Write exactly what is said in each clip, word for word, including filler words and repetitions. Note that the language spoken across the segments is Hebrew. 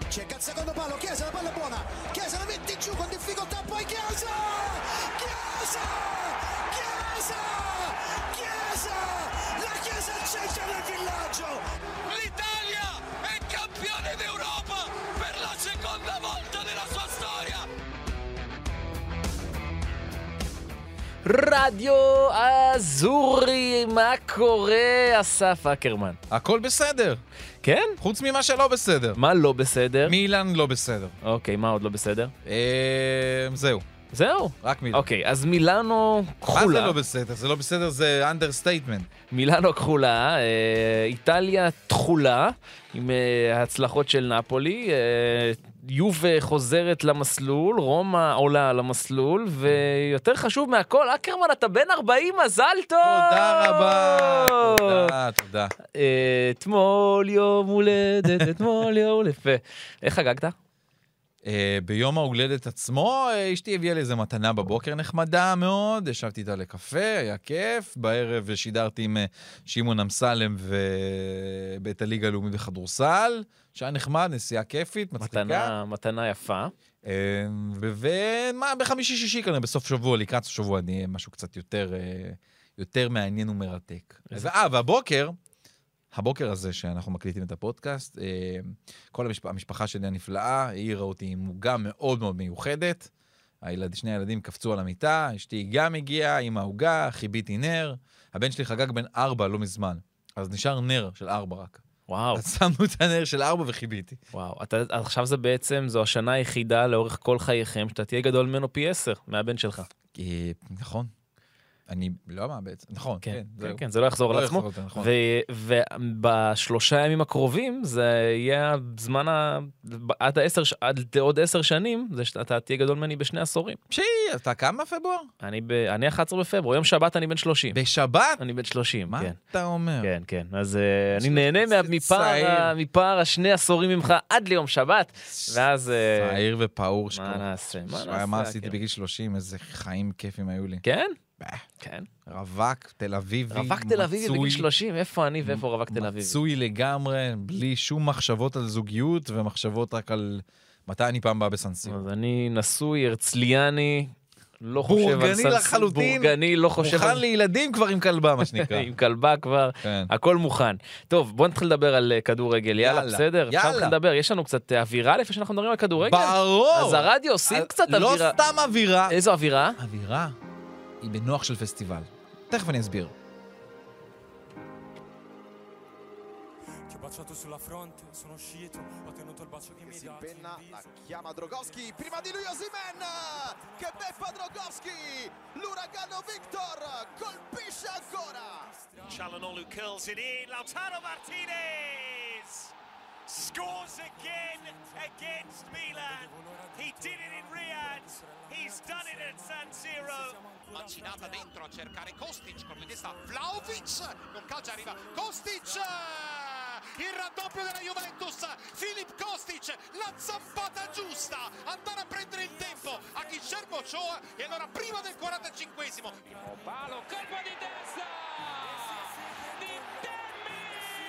cerca il secondo palo, Chiesa, la palla è buona, Chiesa la mette giù con difficoltà, poi Chiesa, Chiesa, Chiesa, Chiesa, la Chiesa al centro del villaggio. L'Italia è campione d'Europa per la seconda volta nella sua storia. רדיו אזורי, מה קורה, אסף אקרמן? הכל בסדר, כן? חוץ ממה שלא בסדר. מה לא בסדר? מילאן לא בסדר. אוקיי, מה עוד לא בסדר? אה, זהו, זהו? רק מילאן. אוקיי, אז מילאנו מה כחולה. זה לא בסדר? זה לא בסדר, זה אנדרסטייטמנט. מילאנו כחולה, אה, איטליה תחולה, עם אה, ההצלחות של נפולי, אה, יובה חוזרת למסלול, רומא עולה למסלול, ויותר חשוב מהכל, אקרמן, אתה בן ארבעים, מזל טוב! תודה רבה, תודה, תודה. אה, אתמול יום הולדת, אתמול יום הולדת. איך חגגת? אה, ביום ההולדת עצמו, אה, אשתי הביאה לי איזה מתנה בבוקר נחמדה מאוד, ישבתי איתה לקפה, היה כיף, בערב שידרתי עם אה, שמעון אמסלם ובית הליגה הלאומית בכדורסל, שהיה נחמד, נסיעה כיפית, מצחיקה. מתנה, מתנה יפה. אה, ומה, בחמישי שישי כנראה, בסוף שבוע, לקראת שבוע, אני משהו קצת יותר, אה, יותר מעניין ומרתק. אה, והבוקר, הבוקר הזה שאנחנו מקליטים את הפודקאסט, כל המשפחה, המשפחה שלי הנפלאה, העירה אותי עם מוגה מאוד מאוד מיוחדת, הילד, שני הילדים קפצו על המיטה, אשתי גם הגיעה עם ההוגה, חיביתי נר, הבן שלי חגג בן ארבע לא מזמן, אז נשאר נר של ארבע רק. וואו. אז שמנו את הנר של ארבע וחיביתי. וואו, אתה, עכשיו זה בעצם, זו השנה היחידה לאורך כל חייכם, שאתה תהיה גדול ממנו פי עשר, מהבן שלך. אה, נכון. אני לא מה בעצם, נכון, כן, כן, כן, זהו. כן, זה לא יחזור על לא עצמו. יחזור יותר, נכון. ובשלושה ימים הקרובים, זה יהיה זמן, ה- עד העשר, עד עוד עשר שנים, זה שאתה תהיה גדול ממני בשני עשורים. פשי, אתה כמה פברואר? אני ב- אני אחת עשרה בפברואר, יום שבת אני בן שלושים. בשבת? אני בן שלושים, מה כן. אתה אומר? כן, כן. אז אה, אני נהנה מה- צעיר. מפער ה- מפער השני עשורים ממך עד ליום שבת, ואז... אה, צעיר ופאור מה שכבר. נעשה? מה וואי, נעשה? מה עשיתי כן. בגיל שלושים, איזה חיים כיפים היו לי. כן? bah, כן. רווק, תל אביבי, רווק תל אביבי בגיל מצוי, שלושים, איפה אני ואיפה רווק תל אביבי? מצוי לגמרי, בלי שום מחשבות על זוגיות, ומחשבות רק על מתי אני פעם באה בסנסיר. אז אני נשוי, הרצליאני, לא חושב על בורגני סנסיר, לחלוטין. בורגני, לא חושב מוכן על... לילדים כבר עם כלבה, מה שנקרא. עם כלבה כבר, כן. הכל מוכן. טוב, בוא נתחיל לדבר על אה, כדורגל, יאללה, יאללה, בסדר? אפשר יאללה. להתחיל לדבר, יש לנו קצת אה, אווירה לפני שאנחנו מדברים על כדורגל? ברור! אז הרדיו עושים קצת לא אווירה. סתם אווירה. איזו אווירה? אווירה היא בנוח של פסטיבל. תכף אני אסביר. Baciato sulla fronte, sono uscito, ho tenuto il bacio che mi si dà. impenna, la chiama Drogowski, prima di lui Osimhen, che beffa Drogowski, l'uragano Victor, colpisce ancora. Çalhanoğlu curls it in, Lautaro Martinez scores again against Milan. He did it in Riyadh, he's done it at San Siro. Mancinata dentro a cercare Kostic con la testa Vlahovic, con calcio arriva Kostic, il raddoppio della Juventus, Filip Kostic, la zampata giusta, andare a prendere il tempo a Guillermo Ochoa e allora prima del quarantacinquesimo Palo, colpo di testa di Demi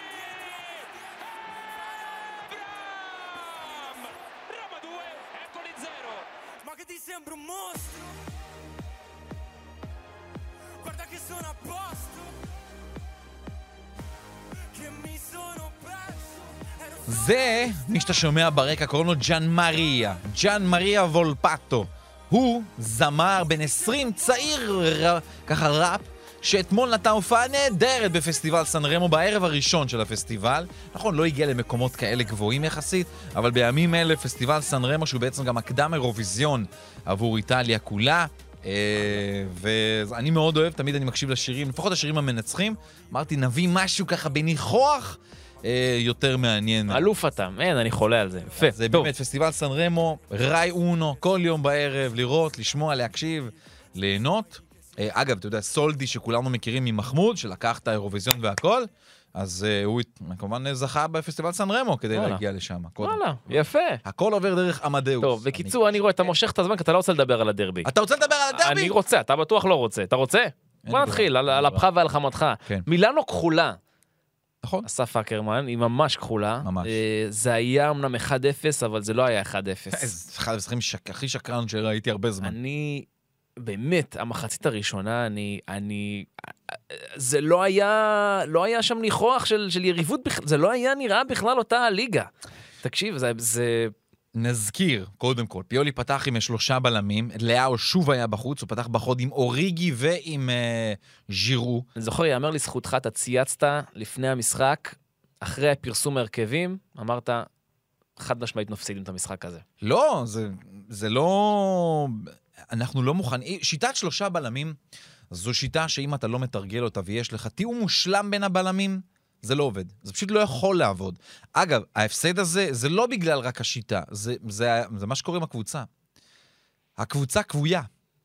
Abraham. Roma due, Empoli zero. Ma che ti sembra un mostro? Guarda che sono a posto, che mi sono perso. זה, מי שאתה שומע ברקע, קוראים לו ג'אן מריה. ג'אן מריה וולפטו. הוא זמר בן עשרים, צעיר, ר... ככה ראפ, שאתמול נתן הופעה נהדרת בפסטיבל סן רמו בערב הראשון של הפסטיבל. נכון, לא הגיע למקומות כאלה גבוהים יחסית, אבל בימים אלה פסטיבל סן רמו, שהוא בעצם גם הקדם אירוויזיון עבור איטליה כולה, ואני מאוד אוהב, תמיד אני מקשיב לשירים, לפחות השירים המנצחים. אמרתי, נביא משהו ככה בניחוח יותר מעניין. אלוף אתה, אין, אני חולה על זה. יפה, זה טוב. באמת פסטיבל סן רמו, ראי אונו, כל יום בערב, לראות, לשמוע, להקשיב, ליהנות. אגב, אתה יודע, סולדי שכולנו מכירים ממחמוד, שלקח את האירוויזיון והכל, אז הוא כמובן זכה בפסטיבל סן רמו כדי להגיע לשם. וואלה, יפה. הכל עובר דרך אמדאוס. טוב, בקיצור, אני רואה, אתה מושך את הזמן, כי אתה לא רוצה לדבר על הדרבי. אתה רוצה לדבר על הדרבי? אני רוצה, אתה בטוח לא רוצה. אתה רוצה? בוא נתחיל, על אפך ועל חמתך. מילאנו כחולה. נכון. אסף אקרמן, היא ממש כחולה. ממש. אה, זה היה אמנם אחד אפס, אבל זה לא היה אחד אפס. זה אחד המשחקים שק- הכי שקרן שראיתי הרבה זמן. אני, באמת, המחצית הראשונה, אני, אני, זה לא היה, לא היה שם ניחוח של, של יריבות בכלל, זה לא היה נראה בכלל אותה הליגה. תקשיב, זה, זה... נזכיר, קודם כל, פיולי פתח עם שלושה בלמים, לאו שוב היה בחוץ, הוא פתח בחוד עם אוריגי ועם אה, ז'ירו. אני זוכר, יאמר לזכותך, אתה צייצת לפני המשחק, אחרי הפרסום הרכבים, אמרת, חד משמעית מפסידים את המשחק הזה. לא, זה, זה לא... אנחנו לא מוכנים... שיטת שלושה בלמים, זו שיטה שאם אתה לא מתרגל אותה ויש לך תיאום מושלם בין הבלמים, זה לא עובד. זה פשוט לא יכול לעבוד. אגב, ההפסד הזה, זה לא בגלל רק השיטה, זה, זה, זה מה שקורה עם הקבוצה. הקבוצה קבויה.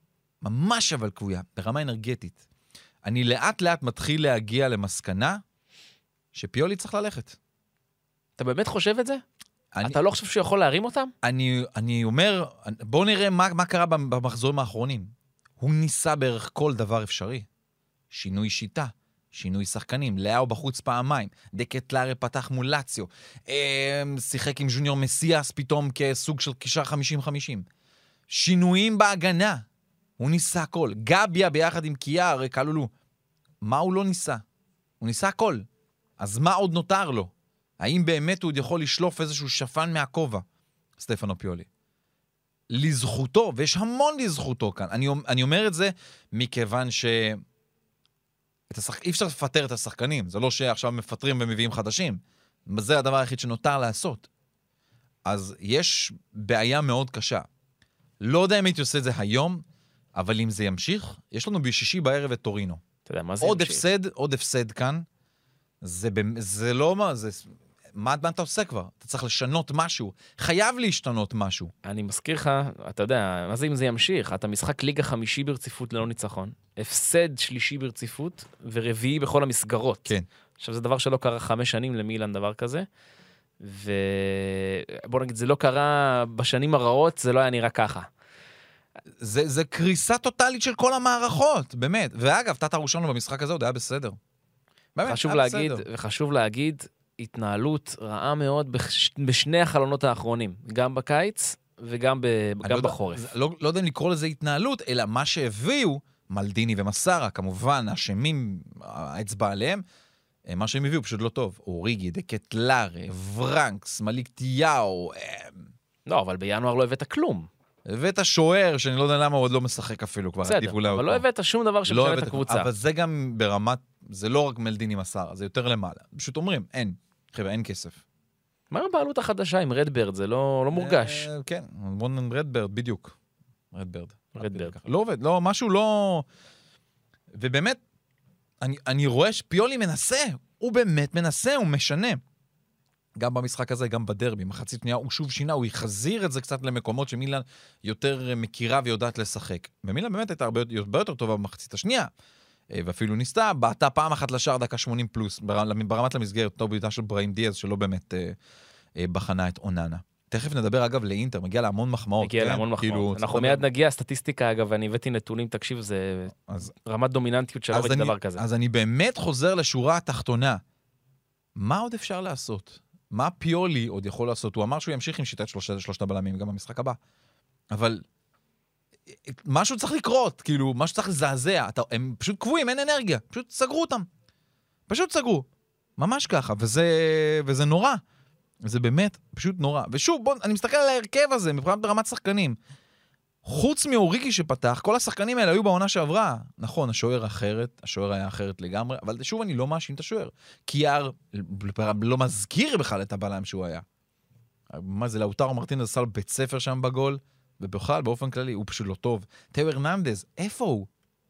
ממש אבל קבויה, ברמה אנרגטית. אני לאט לאט מתחיל להגיע למסקנה שפיולי צריך ללכת. אתה באמת חושב את זה? אני, אתה לא חושב שהוא יכול להרים אותם? אני, אני אומר, בואו נראה מה, מה קרה במחזורים האחרונים. הוא ניסה בערך כל דבר אפשרי. שינוי שיטה. שינוי שחקנים, לאו בחוץ פעמיים, דקטלרי פתח מול לאציו, שיחק עם ג'וניור מסיאס פתאום כסוג של קישר חמישים חמישים. שינויים בהגנה, הוא ניסה הכל. גביה ביחד עם קיאר, קלולו. מה הוא לא ניסה? הוא ניסה הכל. אז מה עוד נותר לו? האם באמת הוא עוד יכול לשלוף איזשהו שפן מהכובע? סטפנו פיולי. לזכותו, ויש המון לזכותו כאן. אני, אני אומר את זה מכיוון ש... השח... אי אפשר לפטר את השחקנים, זה לא שעכשיו מפטרים ומביאים חדשים. זה הדבר היחיד שנותר לעשות. אז יש בעיה מאוד קשה. לא יודע אם הייתי עושה את זה היום, אבל אם זה ימשיך, יש לנו בשישי בערב את טורינו. אתה יודע, מה זה עוד ימשיך? הפסד, עוד הפסד כאן. זה, זה לא מה, זה... מה, מה אתה עושה כבר? אתה צריך לשנות משהו. חייב להשתנות משהו. אני מזכיר לך, אתה יודע, מה זה אם זה ימשיך? אתה משחק ליגה חמישי ברציפות ללא ניצחון, הפסד שלישי ברציפות, ורביעי בכל המסגרות. כן. עכשיו, זה דבר שלא קרה חמש שנים למילן, דבר כזה. ובוא נגיד, זה לא קרה בשנים הרעות, זה לא היה נראה ככה. זה, זה קריסה טוטלית של כל המערכות, באמת. ואגב, תת הראשון לו במשחק הזה עוד היה בסדר. באמת, חשוב היה להגיד, בסדר. וחשוב להגיד, התנהלות רעה מאוד בש, בשני החלונות האחרונים, גם בקיץ וגם ב, אני גם לא בחורף. יודע, לא, לא יודע אם לקרוא לזה התנהלות, אלא מה שהביאו, מלדיני ומסרה, כמובן, אשמים, האצבע עליהם, מה שהם הביאו פשוט לא טוב. אוריגי, דקטלרי, ורנקס, מליק טיאו. לא, אבל בינואר לא הבאת כלום. הבאת שוער, שאני לא יודע למה הוא עוד לא משחק אפילו כבר. בסדר, אבל לא הבאת שום דבר שמשנה את הקבוצה. אבל זה גם ברמת, זה לא רק מלדיני מסרה, זה יותר למעלה. פשוט אומרים, אין, חבר'ה, אין כסף. מה הבעלות החדשה עם רדברד? זה לא, לא מורגש. כן, בוא נ... רדברד, בדיוק. רדברד. רדברד. לא עובד, לא, משהו לא... ובאמת, אני, אני רואה שפיולי מנסה, הוא באמת מנסה, הוא משנה. גם במשחק הזה, גם בדרבי, מחצית שנייה, הוא שוב שינה, הוא יחזיר את זה קצת למקומות שמילן יותר מכירה ויודעת לשחק. ומילן באמת הייתה הרבה, הרבה יותר טובה במחצית השנייה, ואפילו ניסתה, בעטה פעם אחת לשער דקה שמונים פלוס, ברמת למסגרת, טוב ביתה של בראים דיאז, שלא באמת אה, אה, בחנה את אוננה. תכף נדבר אגב לאינטר, מגיע להמון מחמאות. מגיע כן? להמון מחמאות. כאילו, אנחנו מיד נגיע, סטטיסטיקה אגב, אני הבאתי נתונים, תקשיב, זה אז, רמת דומיננטיות שלא ראיתי דבר כזה. אז אני באמת חוזר לשורה התחתונה. מה עוד אפשר לעשות? מה פיולי עוד יכול לעשות? הוא אמר שהוא ימשיך עם שיטת שלושת, שלושת הבלמים גם במשחק הבא. אבל משהו צריך לקרות, כאילו, משהו צריך לזעזע. אתה, הם פשוט קבועים, אין אנרגיה. פשוט סגרו אותם. פשוט סגרו. ממש ככה, וזה, וזה נורא. זה באמת פשוט נורא. ושוב, בוא, אני מסתכל על ההרכב הזה, מבחינת ברמת שחקנים. חוץ מאוריגי שפתח, כל השחקנים האלה היו בעונה שעברה. נכון, השוער אחרת, השוער היה אחרת לגמרי, אבל שוב אני לא מאשים את השוער. קיאר לא מזכיר בכלל את הבלם שהוא היה. מה זה, לאוטרו מרטינז עשה לו בית ספר שם בגול, ובכלל, באופן כללי, הוא פשוט לא טוב. תאו הרננדז, איפה הוא?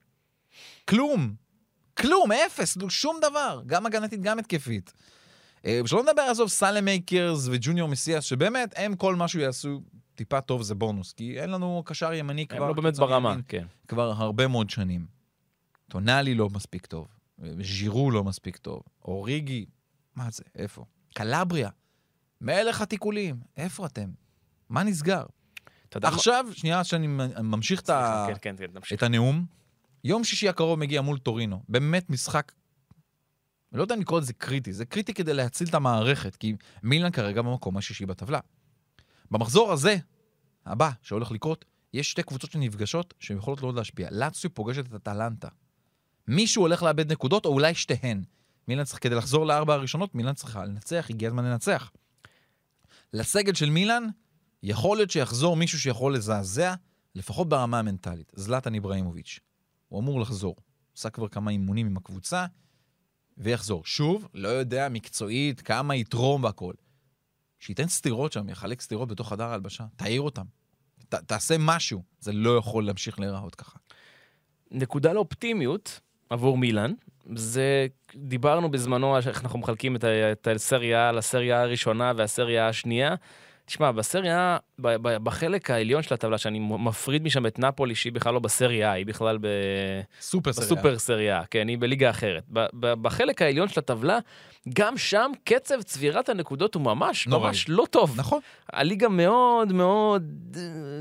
כלום. כלום, אפס, שום דבר. גם הגנתית, גם התקפית. שלא נדבר עזוב סלם מייקרס וג'וניור מסיאס, שבאמת הם כל משהו יעשו טיפה טוב זה בונוס, כי אין לנו קשר ימני כבר... הם לא באמת ברמה, כן. כבר הרבה מאוד שנים. טונאלי לא מספיק טוב, ז'ירו לא מספיק טוב, אוריגי, מה זה, איפה? קלבריה, מלך התיקולים, איפה אתם? מה נסגר? עכשיו, שנייה שאני ממשיך את הנאום, יום שישי הקרוב מגיע מול טורינו, באמת משחק אני לא יודע אם לקרוא את זה קריטי, זה קריטי כדי להציל את המערכת, כי מילאן כרגע במקום השישי בטבלה. במחזור הזה, הבא, שהולך לקרות, יש שתי קבוצות שנפגשות שיכולות לא להשפיע. לאציו פוגשת את אטלנטה. מישהו הולך לאבד נקודות, או אולי שתיהן. מילאן צריך, כדי לחזור לארבע הראשונות, מילאן צריכה לנצח, הגיע הזמן לנצח. לסגל של מילאן, יכול להיות שיחזור מישהו שיכול לזעזע, לפחות ברמה המנטלית. זלאטן איברהימוביץ'. הוא אמור לחזור. עושה כבר כמה אימונים עם הקבוצה, ויחזור. שוב, לא יודע מקצועית, כמה יתרום והכל. שייתן סתירות שם, יחלק סתירות בתוך חדר ההלבשה, תעיר אותם. ת, תעשה משהו. זה לא יכול להמשיך להיראות ככה. נקודה לאופטימיות עבור מילאן, זה, דיברנו בזמנו איך אנחנו מחלקים את, ה, את הסריה לסריה הראשונה והסריה השנייה. תשמע, בסריה, ב, ב, בחלק העליון של הטבלה, שאני מפריד משם את נאפולי, שהיא בכלל לא בסריה, היא בכלל ב... סופר סריה. בסופר סריה, כן, היא בליגה אחרת. ב, ב, בחלק העליון של הטבלה, גם שם קצב צבירת הנקודות הוא ממש, נוראי. ממש לא טוב. נכון. הליגה מאוד מאוד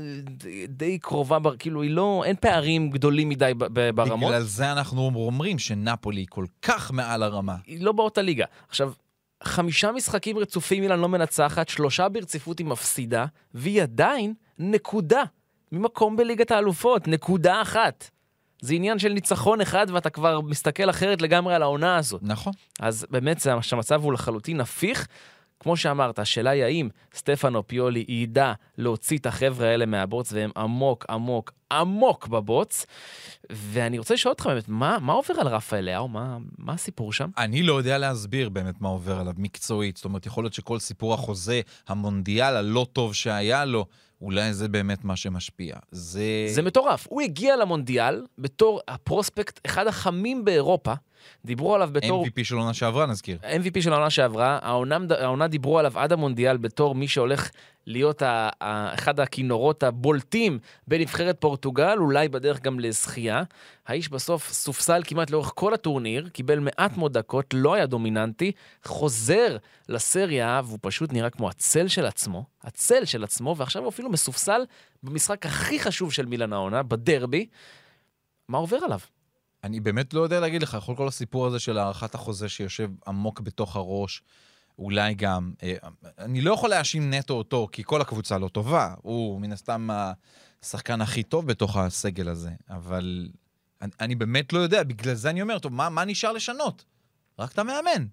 די קרובה, כאילו היא לא, אין פערים גדולים מדי ברמות. בגלל זה אנחנו אומרים שנאפולי היא כל כך מעל הרמה. היא לא באותה ליגה. עכשיו, חמישה משחקים רצופים מילאן לא מנצחת, שלושה ברציפות היא מפסידה, והיא עדיין נקודה ממקום בליגת האלופות, נקודה אחת. זה עניין של ניצחון אחד, ואתה כבר מסתכל אחרת לגמרי על העונה הזאת. נכון. אז באמת שהמצב הוא לחלוטין הפיך. כמו שאמרת, השאלה היא האם סטפנו פיולי ידע להוציא את החבר'ה האלה מהבוץ, והם עמוק, עמוק, עמוק בבוץ. ואני רוצה לשאול אותך באמת, מה, מה עובר על רפאל לאו? מה, מה הסיפור שם? אני לא יודע להסביר באמת מה עובר עליו מקצועית. זאת אומרת, יכול להיות שכל סיפור החוזה, המונדיאל הלא טוב שהיה לו, אולי זה באמת מה שמשפיע. זה... זה מטורף. הוא הגיע למונדיאל בתור הפרוספקט, אחד החמים באירופה. דיברו עליו בתור... אם וי פי של עונה שעברה, נזכיר. אם וי פי של העונה שעברה. העונה, העונה דיברו עליו עד המונדיאל בתור מי שהולך להיות ה, ה, אחד הכינורות הבולטים בנבחרת פורטוגל, אולי בדרך גם לזכייה. האיש בסוף סופסל כמעט לאורך כל הטורניר, קיבל מעט מאוד דקות, לא היה דומיננטי, חוזר לסריה, והוא פשוט נראה כמו הצל של עצמו, הצל של עצמו, ועכשיו הוא אפילו מסופסל במשחק הכי חשוב של מילאן העונה, בדרבי. מה עובר עליו? אני באמת לא יודע להגיד לך, יכול כל הסיפור הזה של הערכת החוזה שיושב עמוק בתוך הראש, אולי גם, אני לא יכול להאשים נטו אותו, כי כל הקבוצה לא טובה, הוא מן הסתם השחקן הכי טוב בתוך הסגל הזה, אבל אני, אני באמת לא יודע, בגלל זה אני אומר, טוב, מה, מה נשאר לשנות? רק אתה מאמן.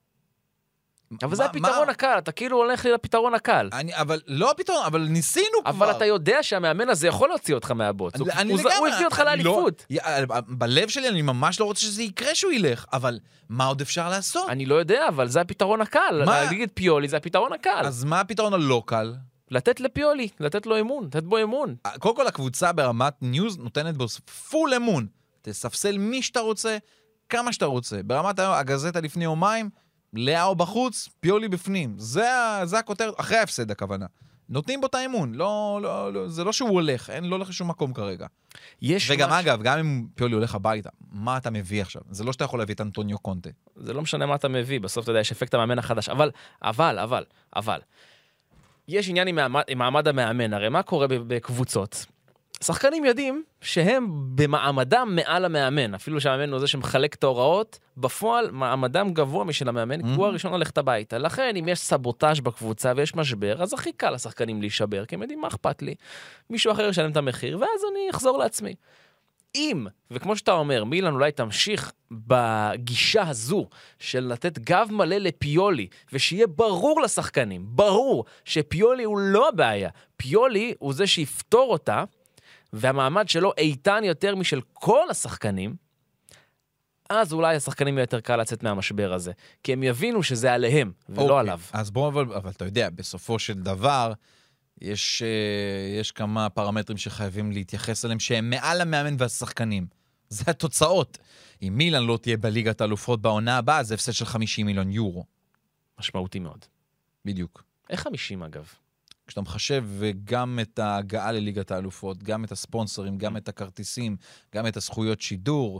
אבל מה, זה הפתרון מה? הקל, אתה כאילו הולך לי לפתרון הקל. אני, אבל לא הפתרון, אבל ניסינו כבר. אבל אתה יודע שהמאמן הזה יכול להוציא אותך מהבוץ. הוא, אני הוא, לגמרי, הוא הביא אותך אני לאליפות. לא, בלב שלי אני ממש לא רוצה שזה יקרה שהוא ילך, אבל מה עוד אפשר לעשות? אני לא יודע, אבל זה הפתרון הקל. מה? להגיד את פיולי זה הפתרון הקל. אז מה הפתרון הלא קל? לתת לפיולי, לתת לו אמון, לתת בו אמון. קודם כל הקבוצה ברמת ניוז נותנת בו פול אמון. תספסל מי שאתה רוצה, כמה שאתה רוצה. ברמת הגזטה לפני יומיים, לאו בחוץ, פיולי בפנים. זה, זה הכותרת, אחרי ההפסד הכוונה. נותנים בו את האמון. לא, לא, לא, זה לא שהוא הולך, אין, לא הולך לשום מקום כרגע. יש וגם מש... אגב, גם אם פיולי הולך הביתה, מה אתה מביא עכשיו? זה לא שאתה יכול להביא את אנטוניו קונטה. זה לא משנה מה אתה מביא, בסוף אתה יודע, יש אפקט המאמן החדש. אבל, אבל, אבל, אבל, יש עניין עם מעמד, עם מעמד המאמן. הרי מה קורה בקבוצות? שחקנים יודעים שהם במעמדם מעל המאמן, אפילו שהמאמן הוא זה שמחלק את ההוראות, בפועל מעמדם גבוה משל המאמן, כי הוא הראשון הולכת הביתה. לכן, אם יש סבוטאז' בקבוצה ויש משבר, אז הכי קל לשחקנים להישבר, כי הם יודעים מה אכפת לי. מישהו אחר ישלם את המחיר, ואז אני אחזור לעצמי. אם, וכמו שאתה אומר, מילאן אולי תמשיך בגישה הזו של לתת גב מלא לפיולי, ושיהיה ברור לשחקנים, ברור שפיולי הוא לא הבעיה, פיולי הוא זה שיפתור אותה, והמעמד שלו איתן יותר משל כל השחקנים, אז אולי השחקנים יותר קל לצאת מהמשבר הזה, כי הם יבינו שזה עליהם, ולא אוקיי, עליו. אז בואו, אבל, אבל אתה יודע, בסופו של דבר, יש, יש כמה פרמטרים שחייבים להתייחס אליהם, שהם מעל המאמן והשחקנים. זה התוצאות. אם מילאן לא תהיה בליגת האלופות בעונה הבאה, זה הפסד של חמישים מיליון יורו. משמעותי מאוד. בדיוק. איך חמישים אגב? כשאתה מחשב גם את ההגעה לליגת האלופות, גם את הספונסרים, גם את הכרטיסים, גם את הזכויות שידור,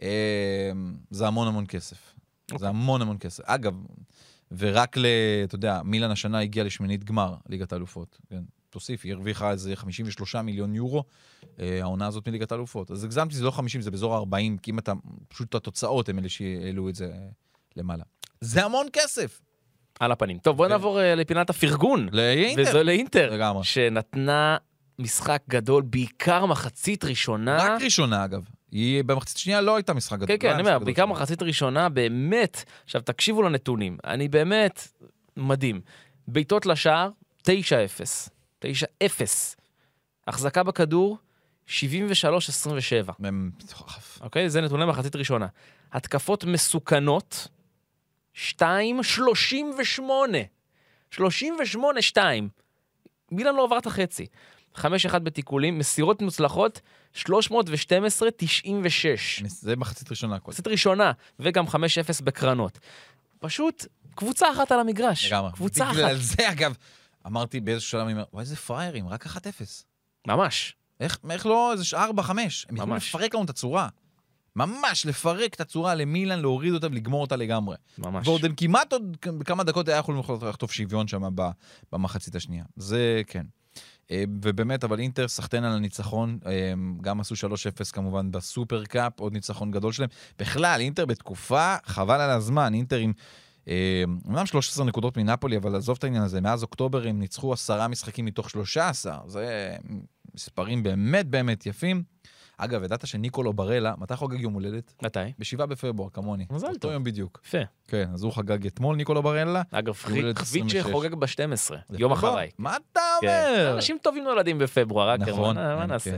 זה המון המון כסף. Okay. זה המון המון כסף. אגב, ורק ל... אתה יודע, מילאן השנה הגיעה לשמינית גמר ליגת האלופות. כן? תוסיף, היא הרוויחה איזה חמישים ושלושה מיליון יורו, העונה הזאת מליגת האלופות. אז הגזמתי, זה לא חמישים, זה באזור ארבעים, כי אם אתה, פשוט התוצאות הם אלה שהעלו את זה למעלה. זה המון כסף. על הפנים. טוב, בוא נעבור אה, לפינת הפרגון. לאינטר. וזו לאינטר. לגמרי. שנתנה משחק גדול, בעיקר מחצית ראשונה. רק ראשונה, אגב. היא במחצית שנייה לא הייתה משחק גדול. כן, כן, אני אומר, בעיקר מחצית ראשונה, באמת, עכשיו תקשיבו לנתונים, אני באמת מדהים. בעיטות לשער, תשע אפס. תשע אפס. החזקה בכדור, שבעים ושלוש עשרים ושבע. מטורף. אוקיי? זה נתוני מחצית ראשונה. התקפות מסוכנות, שתיים שלושים ושמונה. שלושים ושמונה שתיים. מילאן לא עבר את החצי. חמש אחד בתיקולים, מסירות מוצלחות, שלוש מאות ושתים עשרה תשעים ושש. זה מחצית ראשונה. מחצית ראשונה, וגם חמש אפס בקרנות. פשוט קבוצה אחת על המגרש. לגמרי. קבוצה אחת. בגלל זה, אגב, אמרתי באיזשהו שלב, אני אומר, וואי, איזה פריירים, רק אחת אפס. ממש. איך, איך לא, איזה ארבע חמש. הם יכולים ממש. לפרק לנו את הצורה. ממש, לפרק את הצורה למילן, להוריד אותה ולגמור אותה לגמרי. ממש. ועוד הם כמעט עוד בכמה דקות היה יכולים לחטוף שוויון שם במחצית השנייה. זה כן. ובאמת, אבל אינטר סחטן על הניצחון, גם עשו שלוש אפס כמובן בסופר קאפ, עוד ניצחון גדול שלהם. בכלל, אינטר בתקופה, חבל על הזמן, אינטר עם, אמנם שלוש עשרה נקודות מנפולי, אבל עזוב את העניין הזה, מאז אוקטובר הם ניצחו עשרה משחקים מתוך שלושה עשר, זה מספרים באמת באמת יפים. אגב, ידעת שניקולו ברלה, מתי חוגג יום הולדת? מתי? בשבעה בפברואר, כמוני. מזל אותו טוב. יום בדיוק. יפה. כן, אז הוא חגג אתמול, ניקולו ברלה. אגב, הולדת חביץ' עשרים ושש. חוגג ב-שתים עשרה, יום אחריי. מה אתה כן. אומר? אנשים טובים נולדים בפברואר, רק נכון. מה כן, נעשה? כן.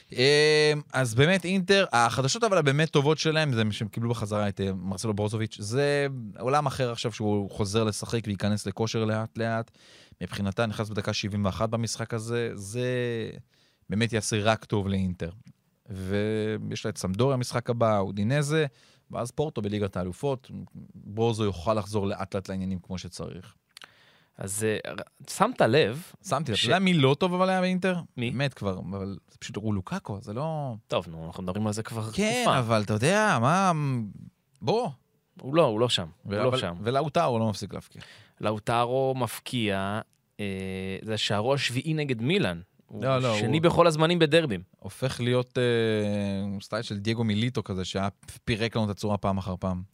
אז באמת אינטר, החדשות אבל הבאמת טובות שלהם, זה שהם קיבלו בחזרה את מרסלו ברוזוביץ', זה עולם אחר עכשיו שהוא חוזר לשחק וייכנס לכושר לאט לאט. מבחינתה נכנס בדקה שבעים ואחת במשחק הזה, זה באמת יעשה רק טוב לאינטר. ויש לה את סמדוריה המשחק הבא, אודינזה, ואז פורטו בליגת האלופות, ברוזו יוכל לחזור לאט לאט לעניינים כמו שצריך. אז שמת לב... שמתי, אתה יודע מי לא טוב אבל היה באינטר? מי? באמת כבר, אבל זה פשוט הוא לוקאקו, זה לא... טוב, נו, אנחנו מדברים על זה כבר תקופה. כן, אבל אתה יודע, מה... בוא. הוא לא, הוא לא שם. הוא לא שם. ולאוטרו לא מפסיק להפקיע. לאוטרו מפקיע, זה השערו השביעי נגד מילאן. לא, לא, שני הוא... בכל הזמנים בדרבים. הופך להיות אה, סטייל של דייגו מיליטו כזה, שהיה פירק לנו את הצורה פעם אחר פעם.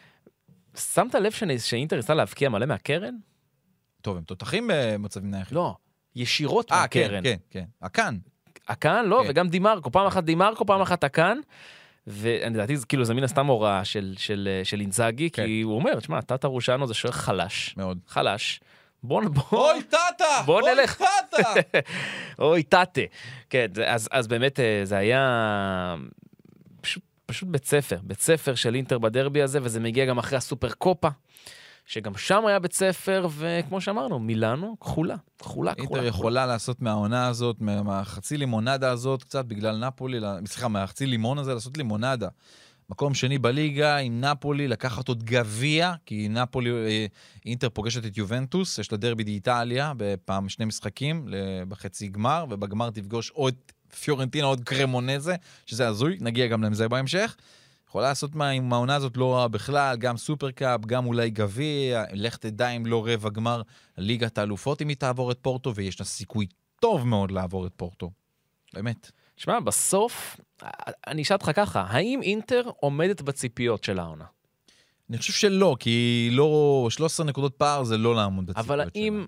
שמת לב שאינטר ניסה להבקיע מלא מהקרן? טוב, הם תותחים במצבים נייחים. לא, ישירות אה, מהקרן. כן, כן, כן. הקן. הקן, לא, כן. וגם דימרקו. פעם אחת דימרקו, פעם אחת הקן. ואני דעתי, כאילו, זה מן הסתם הוראה של, של, של אינזאגי, כן. כי הוא אומר, תשמע, טאטה רושנו זה שוער חלש. מאוד. חלש. בוא, בוא... אוי, טאטה! בוא נלך. אוי, טאטה! אוי, טאטה. כן, אז, אז באמת זה היה פשוט, פשוט בית ספר, בית ספר של אינטר בדרבי הזה, וזה מגיע גם אחרי הסופר קופה, שגם שם היה בית ספר, וכמו שאמרנו, מילאנו, כחולה, כחולה, כחולה. אינטר יכולה לעשות מהעונה הזאת, מהחצי לימונדה הזאת, קצת בגלל נפולי, סליחה, מהחצי לימון הזה, לעשות לימונדה. מקום שני בליגה עם נפולי, לקחת עוד גביע, כי נפולי, אינטר פוגשת את יובנטוס, יש לה דרבי באיטליה, בפעם שני משחקים, בחצי גמר, ובגמר תפגוש עוד פיורנטינה, עוד קרמונזה, שזה הזוי, נגיע גם לזה בהמשך. יכולה לעשות מה עם העונה הזאת לא רע בכלל, גם סופרקאפ, גם אולי גביע, לך תדע אם לא רבע גמר ליגת האלופות, אם היא תעבור את פורטו, ויש לה סיכוי טוב מאוד לעבור את פורטו. באמת. שמע, בסוף, אני אשאל אותך ככה, האם אינטר עומדת בציפיות של העונה? אני חושב שלא, כי לא, שלוש עשרה נקודות פער זה לא לעמוד בציפיות שלה. אבל האם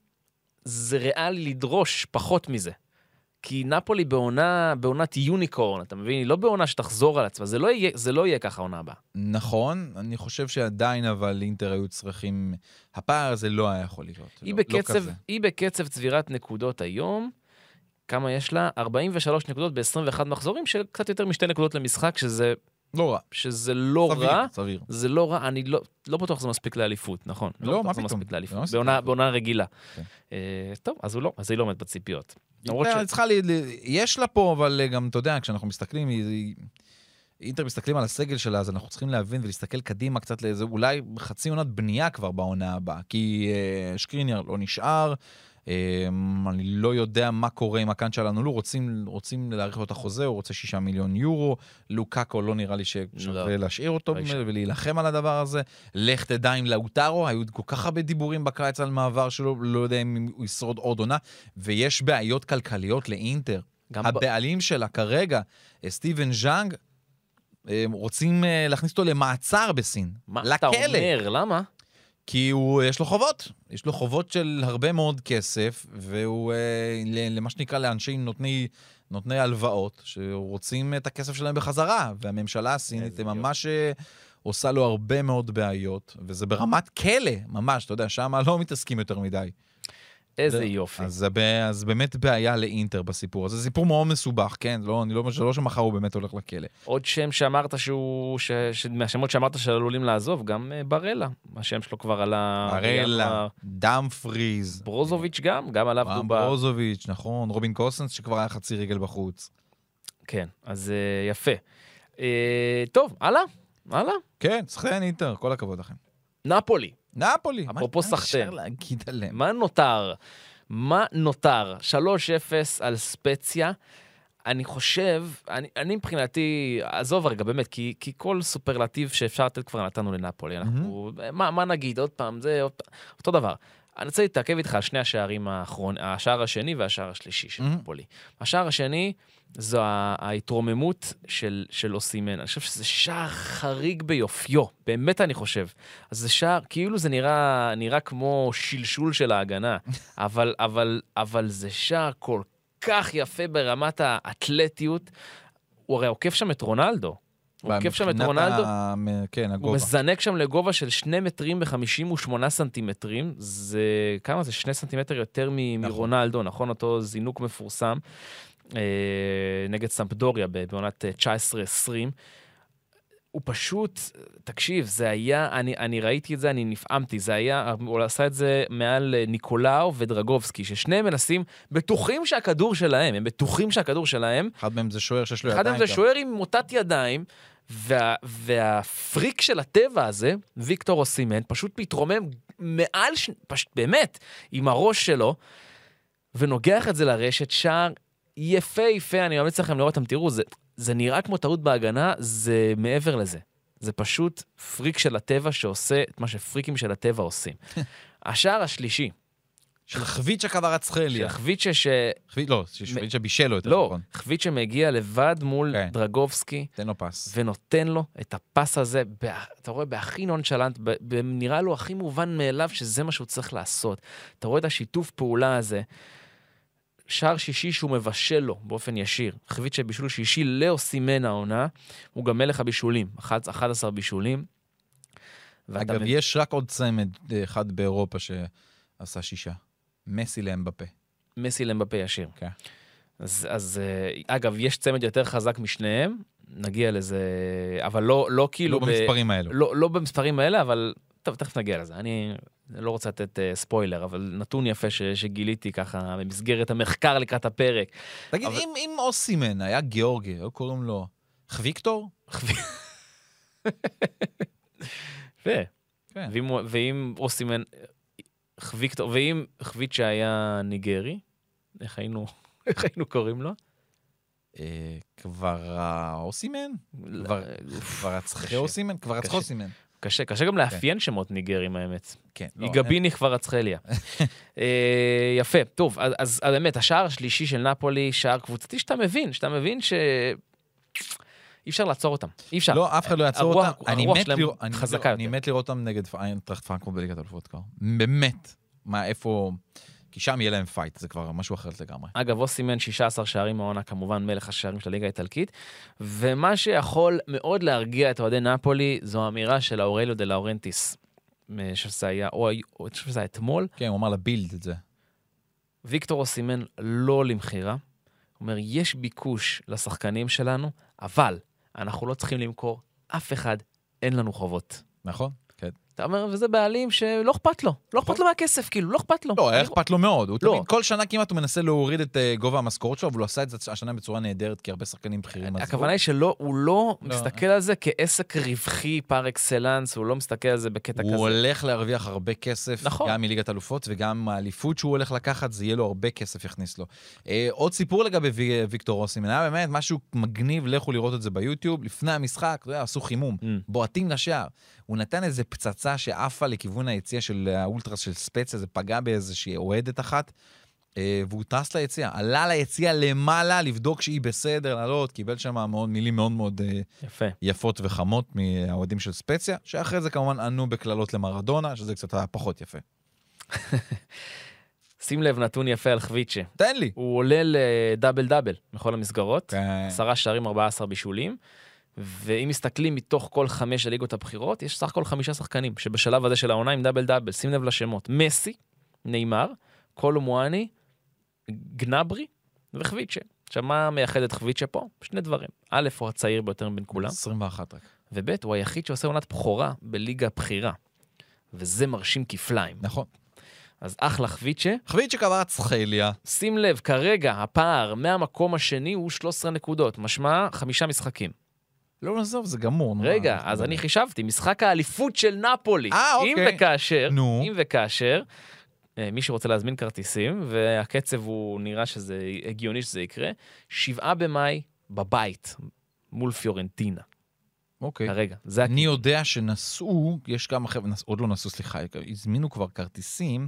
זה ריאלי לדרוש פחות מזה? כי נפולי בעונה, בעונת יוניקורן, אתה מבין? היא לא בעונה שתחזור על עצמה, זה לא יהיה, זה לא יהיה ככה עונה הבאה. נכון, אני חושב שעדיין אבל אינטר היו צריכים, הפער הזה לא היה יכול להיות. היא, לא, בקצב, לא כזה. היא בקצב צבירת נקודות היום, כמה יש לה? ארבעים ושלוש נקודות ב-עשרים ואחת מחזורים, של קצת יותר משתי נקודות למשחק, שזה... לא רע. שזה לא סביר, רע. סביר. זה לא רע, אני לא, לא בטוח שזה מספיק לאליפות, נכון? לא, לא מה בטוח זה פתאום? מספיק לאליפות, לא מספיק בעונה, לאליפות. בעונה רגילה. כן. אה, טוב, אז הוא לא, אז היא לא עומדת בציפיות. למרות אינטר ש... צריכה לי, לי- יש לה פה, אבל גם, אתה יודע, כשאנחנו מסתכלים, היא- היא- אינטר מסתכלים על הסגל שלה, אז אנחנו צריכים להבין ולהסתכל קדימה קצת לאיזה, אולי חצי עונת בנייה כבר בעונה הבאה, כי אה, שקריניאר לא נשאר, אה, אני לא יודע מה קורה עם הקאנט שלנו, לא, רוצים, רוצים להאריך לו את החוזה, הוא רוצה שישה מיליון יורו, לוקאקו לא נראה לי ששווה לא. להשאיר אותו לא יישאר. ולהילחם על הדבר הזה, לך תדע עם לאוטרו, היו כל כך הרבה דיבורים בקיץ על מעבר שלו, לא יודע אם הוא ישרוד עוד עונה, ויש בעיות כלכליות לאינטר. גם ב- הבעלים שלה כרגע, סטיבן ז'אנג, הם רוצים אה, להכניס אותו למעצר בסין. מה לכלא. אתה אומר? למה? כי הוא, יש לו חובות. יש לו חובות של הרבה מאוד כסף, והוא, אה, למה שנקרא, לאנשים נותני, נותני הלוואות, שרוצים את הכסף שלהם בחזרה, והממשלה הסינית ממש אה, עושה לו הרבה מאוד בעיות, וזה ברמת כלא, ממש, אתה יודע, שם לא מתעסקים יותר מדי. איזה זה, יופי. אז, אז באמת בעיה לאינטר בסיפור. אז זה סיפור מאוד מסובך, כן? לא, אני לא, לא שמחר הוא באמת הולך לכלא. עוד שם שאמרת שהוא, ש, ש, מהשמות שאמרת שעלולים לעזוב, גם uh, ברלה, השם שלו כבר עלה... ברלה, דאמפריז. ברוזוביץ' גם, גם עליו דובר. ברוזוביץ', נכון, רובין קוסנס שכבר היה חצי רגל בחוץ. כן, אז uh, יפה. Uh, טוב, הלאה? הלאה? כן, שחקן אינטר, כל הכבוד לכם. נפולי. נפולי. אפרופו סחטן. אפשר להגיד עליהם. מה נותר? מה נותר? שלוש אפס על ספציה. אני חושב, אני, אני מבחינתי, עזוב רגע, באמת, כי, כי כל סופרלטיב שאפשר לתת כבר נתנו לנפולי. אנחנו, מה, מה נגיד? עוד פעם, זה עוד, אותו דבר. אני רוצה להתעכב איתך על שני השערים האחרון, השער השני והשער השלישי של נפולי. השער השני זו ההתרוממות של, של אוסימן. אני חושב שזה שער חריג ביופיו, באמת אני חושב. אז זה שער, כאילו זה נראה, נראה כמו שלשול של ההגנה, אבל, אבל, אבל זה שער כל כך יפה ברמת האתלטיות. הוא הרי עוקף שם את רונלדו. הוא עוקף שם את רונלדו. ה... כן, הגובה. הוא מזנק שם לגובה של שני מטרים וחמישים ושמונה סנטימטרים. זה, כמה זה? שני סנטימטר יותר מ- נכון. מרונלדו, נכון? אותו זינוק מפורסם. נגד סמפדוריה בעונת תשע עשרה עשרים. הוא פשוט, תקשיב, זה היה, אני, אני ראיתי את זה, אני נפעמתי, זה היה, הוא עשה את זה מעל ניקולאו ודרגובסקי, ששניהם מנסים, בטוחים שהכדור שלהם, הם בטוחים שהכדור שלהם. אחד מהם זה שוער שיש לו ידיים. אחד מהם זה שוער עם מוטת ידיים, וה, והפריק של הטבע הזה, ויקטור אוסימן, פשוט מתרומם מעל, פשוט באמת, עם הראש שלו, ונוגח את זה לרשת, שער יפה יפה, אני ממליץ לכם לראות, אתם תראו, זה, זה נראה כמו טעות בהגנה, זה מעבר לזה. זה פשוט פריק של הטבע שעושה את מה שפריקים של הטבע עושים. השער השלישי. של חביצ'ה קווארצחליה. של חביצ'ה ש... חביצ'ה, לא, חביצ'ה בישל לו יותר לא, נכון. חביצ'ה מגיע לבד מול כן. דרגובסקי. תן לו פס. ונותן לו את הפס הזה, אתה רואה, בהכי נונשלנט, נראה לו הכי מובן מאליו שזה מה שהוא צריך לעשות. אתה רואה את השיתוף פעולה הזה. שער שישי שהוא מבשל לו באופן ישיר. חביצ'ה בישול שישי לאוסימן העונה, הוא גם מלך הבישולים, אחד עשר בישולים. אגב, מב... יש רק עוד צמד אחד באירופה שעשה שישה. מסי לאמבפה. מסי לאמבפה ישיר. כן. אז, אז אגב, יש צמד יותר חזק משניהם, נגיע לזה, אבל לא, לא כאילו... לא במספרים האלו. לא, לא במספרים האלה, אבל... טוב, תכף נגיע לזה. אני לא רוצה לתת uh, ספוילר, אבל נתון יפה ש, שגיליתי ככה במסגרת המחקר לקראת הפרק. תגיד, אבל... אם, אם אוסימן היה גיאורגי, לא קוראים לו חוויקטור? ו... כן. ואם, ואם אוסימן, חוויקטור, ואם חווית שהיה ניגרי, איך היינו, איך היינו קוראים לו? אה, כבר אוסימן? כבר, כבר רצחי אוסימן? כבר רצחי אוסימן. קשה, קשה גם לאפיין שמות ניגרים, האמת. כן. יגביני כבר רצחליה. יפה, טוב, אז באמת, השער השלישי של נפולי, שער קבוצתי שאתה מבין, שאתה מבין ש... אי אפשר לעצור אותם. אי אפשר. לא, אף אחד לא יעצור אותם. הרוח שלהם חזקה יותר. אני מת לראות אותם נגד איינטראכט פרנקפורט בליגת האלופות כבר. באמת. מה, איפה... כי שם יהיה להם פייט, זה כבר משהו אחרת לגמרי. אגב, אוסימן שישה עשר שערים מהעונה, כמובן מלך השערים של הליגה האיטלקית, ומה שיכול מאוד להרגיע את אוהדי נפולי, זו האמירה של אורליו דה לאורנטיס, שזה היה, או שזה היה אתמול. כן, הוא אמר לבילד את זה. ויקטור אוסימן לא למחירה, הוא אומר, יש ביקוש לשחקנים שלנו, אבל אנחנו לא צריכים למכור אף אחד, אין לנו חובות. נכון, כן. אתה אומר, וזה בעלים שלא אכפת לו. לא אכפת לו מהכסף, כאילו, לא אכפת לו. לא, היה אכפת לו מאוד. הוא תמיד, כל שנה כמעט הוא מנסה להוריד את גובה המשכורת שלו, אבל הוא עשה את זה השנה בצורה נהדרת, כי הרבה שחקנים בכירים עזבו. הכוונה היא שלא, הוא לא מסתכל על זה כעסק רווחי פר אקסלנס, הוא לא מסתכל על זה בקטע כזה. הוא הולך להרוויח הרבה כסף, גם מליגת אלופות, וגם האליפות שהוא הולך לקחת, זה יהיה לו הרבה כסף יכניס לו. עוד סיפור לגבי ויקטור אוסימן, היה באמת משהו מגניב, לכו לראות את זה ביוטיוב, לפני המשחק, עשו חימום, בועטים לשער. הוא נתן איזה פצצה שעפה לכיוון היציאה של האולטרס של ספציה, זה פגע באיזושהי אוהדת אחת, אה, והוא טס ליציאה, עלה ליציאה למעלה לבדוק שהיא בסדר, לעלות, קיבל שם מאוד, מילים מאוד מאוד אה, יפה. יפות וחמות מהאוהדים של ספציה, שאחרי זה כמובן ענו בכללות למרדונה, שזה קצת היה פחות יפה. שים לב, נתון יפה על חוויצ'ה. תן לי. הוא עולה לדאבל דאבל בכל המסגרות, כן. עשרה שערים, ארבעה עשר בישולים, ואם מסתכלים מתוך כל חמש הליגות הבחירות, יש סך הכל חמישה שחקנים, שבשלב הזה של העונה עם דאבל דאבל, שים לב לשמות, מסי, ניימר, קולו מואני, גנברי וחוויצ'ה. עכשיו, מה מייחד את חוויצ'ה פה? שני דברים. א', הוא הצעיר ביותר מבין כולם, עשרים ואחת רק. וב', הוא היחיד שעושה עונת בכורה בליגה הבחירה, וזה מרשים כפליים. נכון. אז אחלה חוויצ'ה. חוויצ'ה קבץ חיליה. שים לב, כרגע הפער מהמקום השני הוא שלוש עשרה נקודות, משמע חמישה משחקים. לא נעזוב, זה גמור. נו, רגע, מה, אז זה- אני חישבתי, משחק האליפות של נפולי. אה, אם אוקיי. וכאשר, נו. אם וכאשר, אה, מי שרוצה להזמין כרטיסים, והקצב הוא נראה שזה הגיוני שזה יקרה, שבעה במאי בבית, מול פיורנטינה. אוקיי. כרגע, זה אני יודע שנסעו, יש כמה חבר'ה, נס- עוד לא נסעו, סליחה, הזמינו כבר כרטיסים,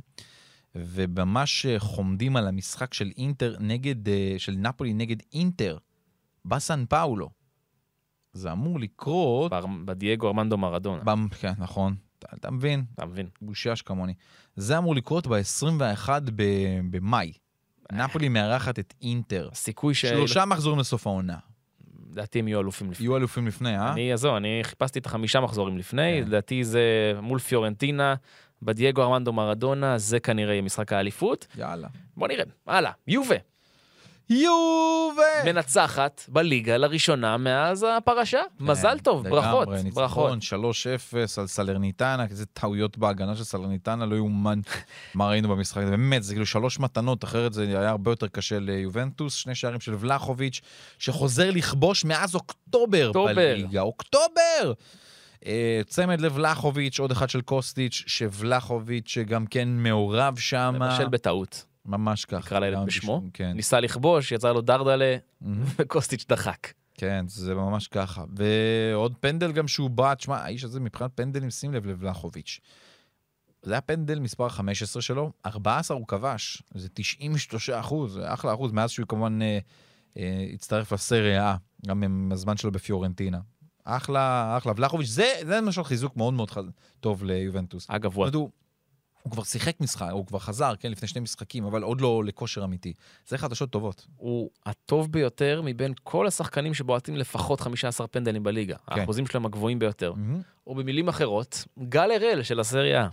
וממש חומדים על המשחק של אינטר נגד, אה, של נפולי נגד אינטר, בסן פאולו. זה אמור לקרות... בר- בדייגו ארמנדו מרדונה. במ... כן, נכון. אתה, אתה מבין? אתה מבין? בושש כמוני. זה אמור לקרות ב-עשרים ואחד ב- במאי. נפולי מארחת את אינטר. הסיכוי ש... שלושה מחזורים לסוף העונה. לדעתי הם יהיו אלופים לפני. יהיו אלופים לפני, אה? אני, אז זהו, אני חיפשתי את החמישה מחזורים לפני, כן. לדעתי זה מול פיורנטינה, בדייגו ארמנדו מרדונה, זה כנראה יהיה משחק האליפות. יאללה. בוא נראה, הלאה, יובה, יובה! מנצחת בליגה לראשונה מאז הפרשה. מזל טוב, ברכות, לגמרי, ברכות. ניצחון, שלוש אפס על סלרניטנה, איזה טעויות בהגנה של סלרניטנה, לא יאומן מה ראינו במשחק הזה. באמת, זה כאילו שלוש מתנות, אחרת זה היה הרבה יותר קשה ליובנטוס, שני שערים של ולחוביץ', שחוזר לכבוש מאז אוקטובר אוקטובר. בליגה. אוקטובר! אה, צמד לוולחוביץ', עוד אחד של קוסטיץ', שוולחוביץ' גם כן מעורב שם. מבשל בטעות, ממש ככה. נקרא לילד גם בשמו. כן. ניסה לכבוש, יצא לו דרדלה, מהמם. וקוסטיץ' דחק. כן, זה ממש ככה. ועוד פנדל גם שהוא בא, תשמע, האיש הזה מבחינת פנדלים, שים לב לוולחוביץ'. זה היה פנדל מספר חמש עשרה שלו, ארבע עשרה הוא כבש, זה תשעים ושלושה אחוז, זה אחלה אחוז, מאז שהוא כמובן אה, אה, הצטרף לסריה, גם עם הזמן שלו בפיורנטינה. אחלה, אחלה. ולחוביץ', זה, זה למשל חיזוק מאוד מאוד חז... טוב ליובנטוס. אגב, הוא... הוא, הוא כבר שיחק משחק, הוא כבר חזר, כן, לפני שני משחקים, אבל עוד לא לכושר אמיתי. זה חדשות טובות. הוא הטוב ביותר מבין כל השחקנים שבועטים לפחות חמישה עשר פנדלים בליגה. כן. האחוזים שלהם הגבוהים ביותר. מהמם. או במילים אחרות, גל הראל של הסריה.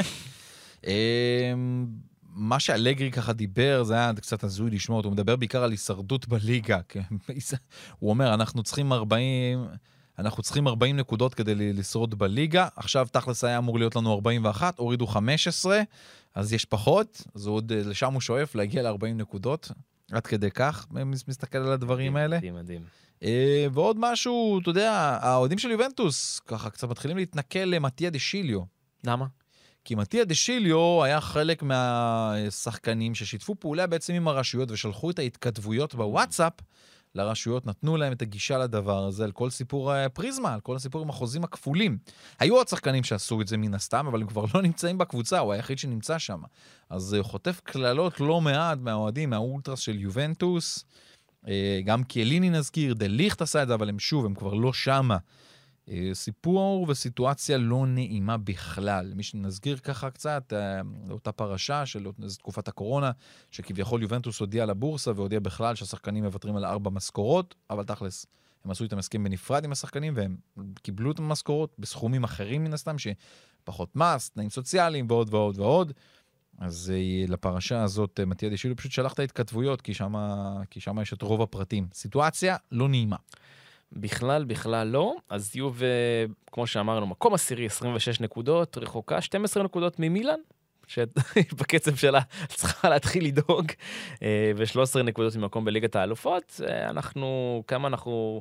אמ, מה שאלגרי ככה דיבר, זה היה קצת הזוי לשמוע אותו, הוא מדבר בעיקר על הישרדות בליגה. כן? הוא אומר, אנחנו צריכים ארבעים, אנחנו צריכים ארבעים נקודות כדי ל- לשרוד בליגה, עכשיו תכלס היה אמור להיות לנו ארבעים ואחת, הורידו חמש עשרה, אז יש פחות, אז הוא עוד, לשם הוא שואף להגיע ל-ארבעים נקודות, עד כדי כך, מס- מסתכל על הדברים האלה. מדהים, מדהים. אה, ועוד משהו, אתה יודע, האוהדים של יובנטוס, ככה קצת מתחילים להתנקל למטיה דשיליו. למה? כי מטיה דשיליו היה חלק מהשחקנים ששיתפו פעולה בעצם עם הרשויות ושלחו את ההתכתבויות בוואטסאפ לרשויות, נתנו להם את הגישה לדבר הזה, על כל סיפור פריזמה, על כל הסיפור עם החוזים הכפולים. היו עוד שחקנים שעשו את זה מן הסתם, אבל הם כבר לא נמצאים בקבוצה, הוא היחיד שנמצא שם. אז הוא חוטף כללות לא מעט מהאוהדים, מהאולטרס של יובנטוס, גם קיאליני נזכיר, דה ליכט עשה את זה, אבל הם שוב, הם כבר לא שמה. סיפור וסיטואציה לא נעימה בכלל. מי שנזכיר ככה קצת, אותה פרשה של תקופת הקורונה, שכביכול יובנטוס הודיע לבורסה והודיע בכלל שהשחקנים מוותרים על ארבע משכורות, אבל תכלס, הם עשו איתם הסכם בנפרד עם השחקנים, והם קיבלו את המשכורות בסכומים אחרים מן הסתם, שפחות מס, תנאים סוציאליים ועוד ועוד ועוד. אז לפרשה הזאת, מטיה דשיליו פשוט שלח את ההתכתבויות, כי שמה, כי שמה יש את רוב הפרטים. סיטואציה לא נעימה. בכלל, בכלל לא. אז יובה, כמו שאמרנו, מקום עשירי, עשרים ושש נקודות, רחוקה שתים עשרה נקודות ממילן, שבקצב שלה צריכה להתחיל לדאוג, ו-שלוש עשרה נקודות ממקום בליגת האלופות. אנחנו, כמה אנחנו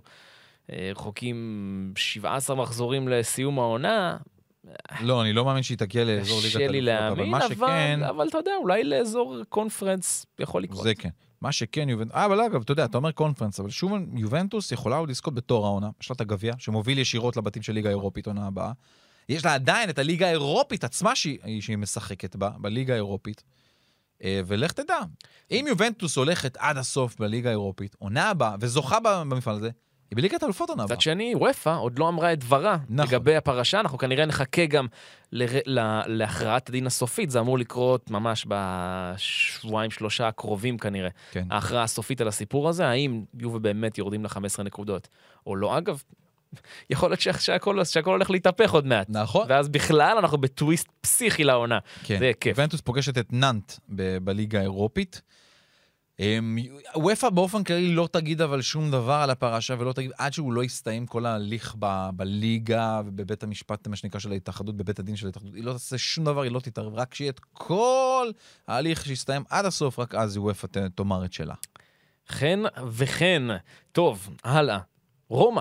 רחוקים שבעה עשר מחזורים לסיום העונה, לא, אני לא מאמין שהיא תגיע לאזור ליגת קשה לי האלופות, להאמין, אבל מה אבל, שכן, אבל אתה יודע, אולי לאזור קונפרנס יכול לקרות. זה כן. מה שכן, יובנטוס, אה, אבל אגב, אתה יודע, אתה אומר קונפרנס, אבל שוב, יובנטוס יכולה עוד לזכות בתור העונה, יש לה את הגביע, שמוביל ישירות לבתים של ליגה האירופית עונה הבאה. יש לה עדיין את הליגה האירופית עצמה שהיא, שהיא משחקת בה, בליגה האירופית. אה, ולך תדע. אם יובנטוס הולכת עד הסוף בליגה האירופית, עונה הבאה, וזוכה במפעל הזה, היא בליגת האלופות עונה הבאה. מצד שני, וופא עוד לא אמרה את דברה נכון. לגבי הפרשה, אנחנו כנראה נחכה גם ל- ל- להכרעת הדין הסופית, זה אמור לקרות ממש בשבועיים שלושה הקרובים כנראה. כן. ההכרעה הסופית על הסיפור הזה, האם יובה באמת יורדים ל-חמש עשרה נקודות, או לא. אגב, יכול להיות שהכל, שהכל הולך להתהפך עוד מעט. נכון. ואז בכלל אנחנו בטוויסט פסיכי לעונה. כן. זה כיף. יובנטוס פוגשת את ננט ב- בליגה האירופית. וופא באופן כללי לא תגיד אבל שום דבר על הפרשה, ולא תגיד, עד שהוא לא יסתיים כל ההליך ב- בליגה ובבית המשפט, מה שנקרא של ההתאחדות, בבית הדין של ההתאחדות, היא לא תעשה שום דבר, היא לא תתערב, רק שיהיה את כל ההליך שיסתיים עד הסוף, רק אז וופא ת- תאמר את שלה. כן וכן. טוב, הלאה. רומא.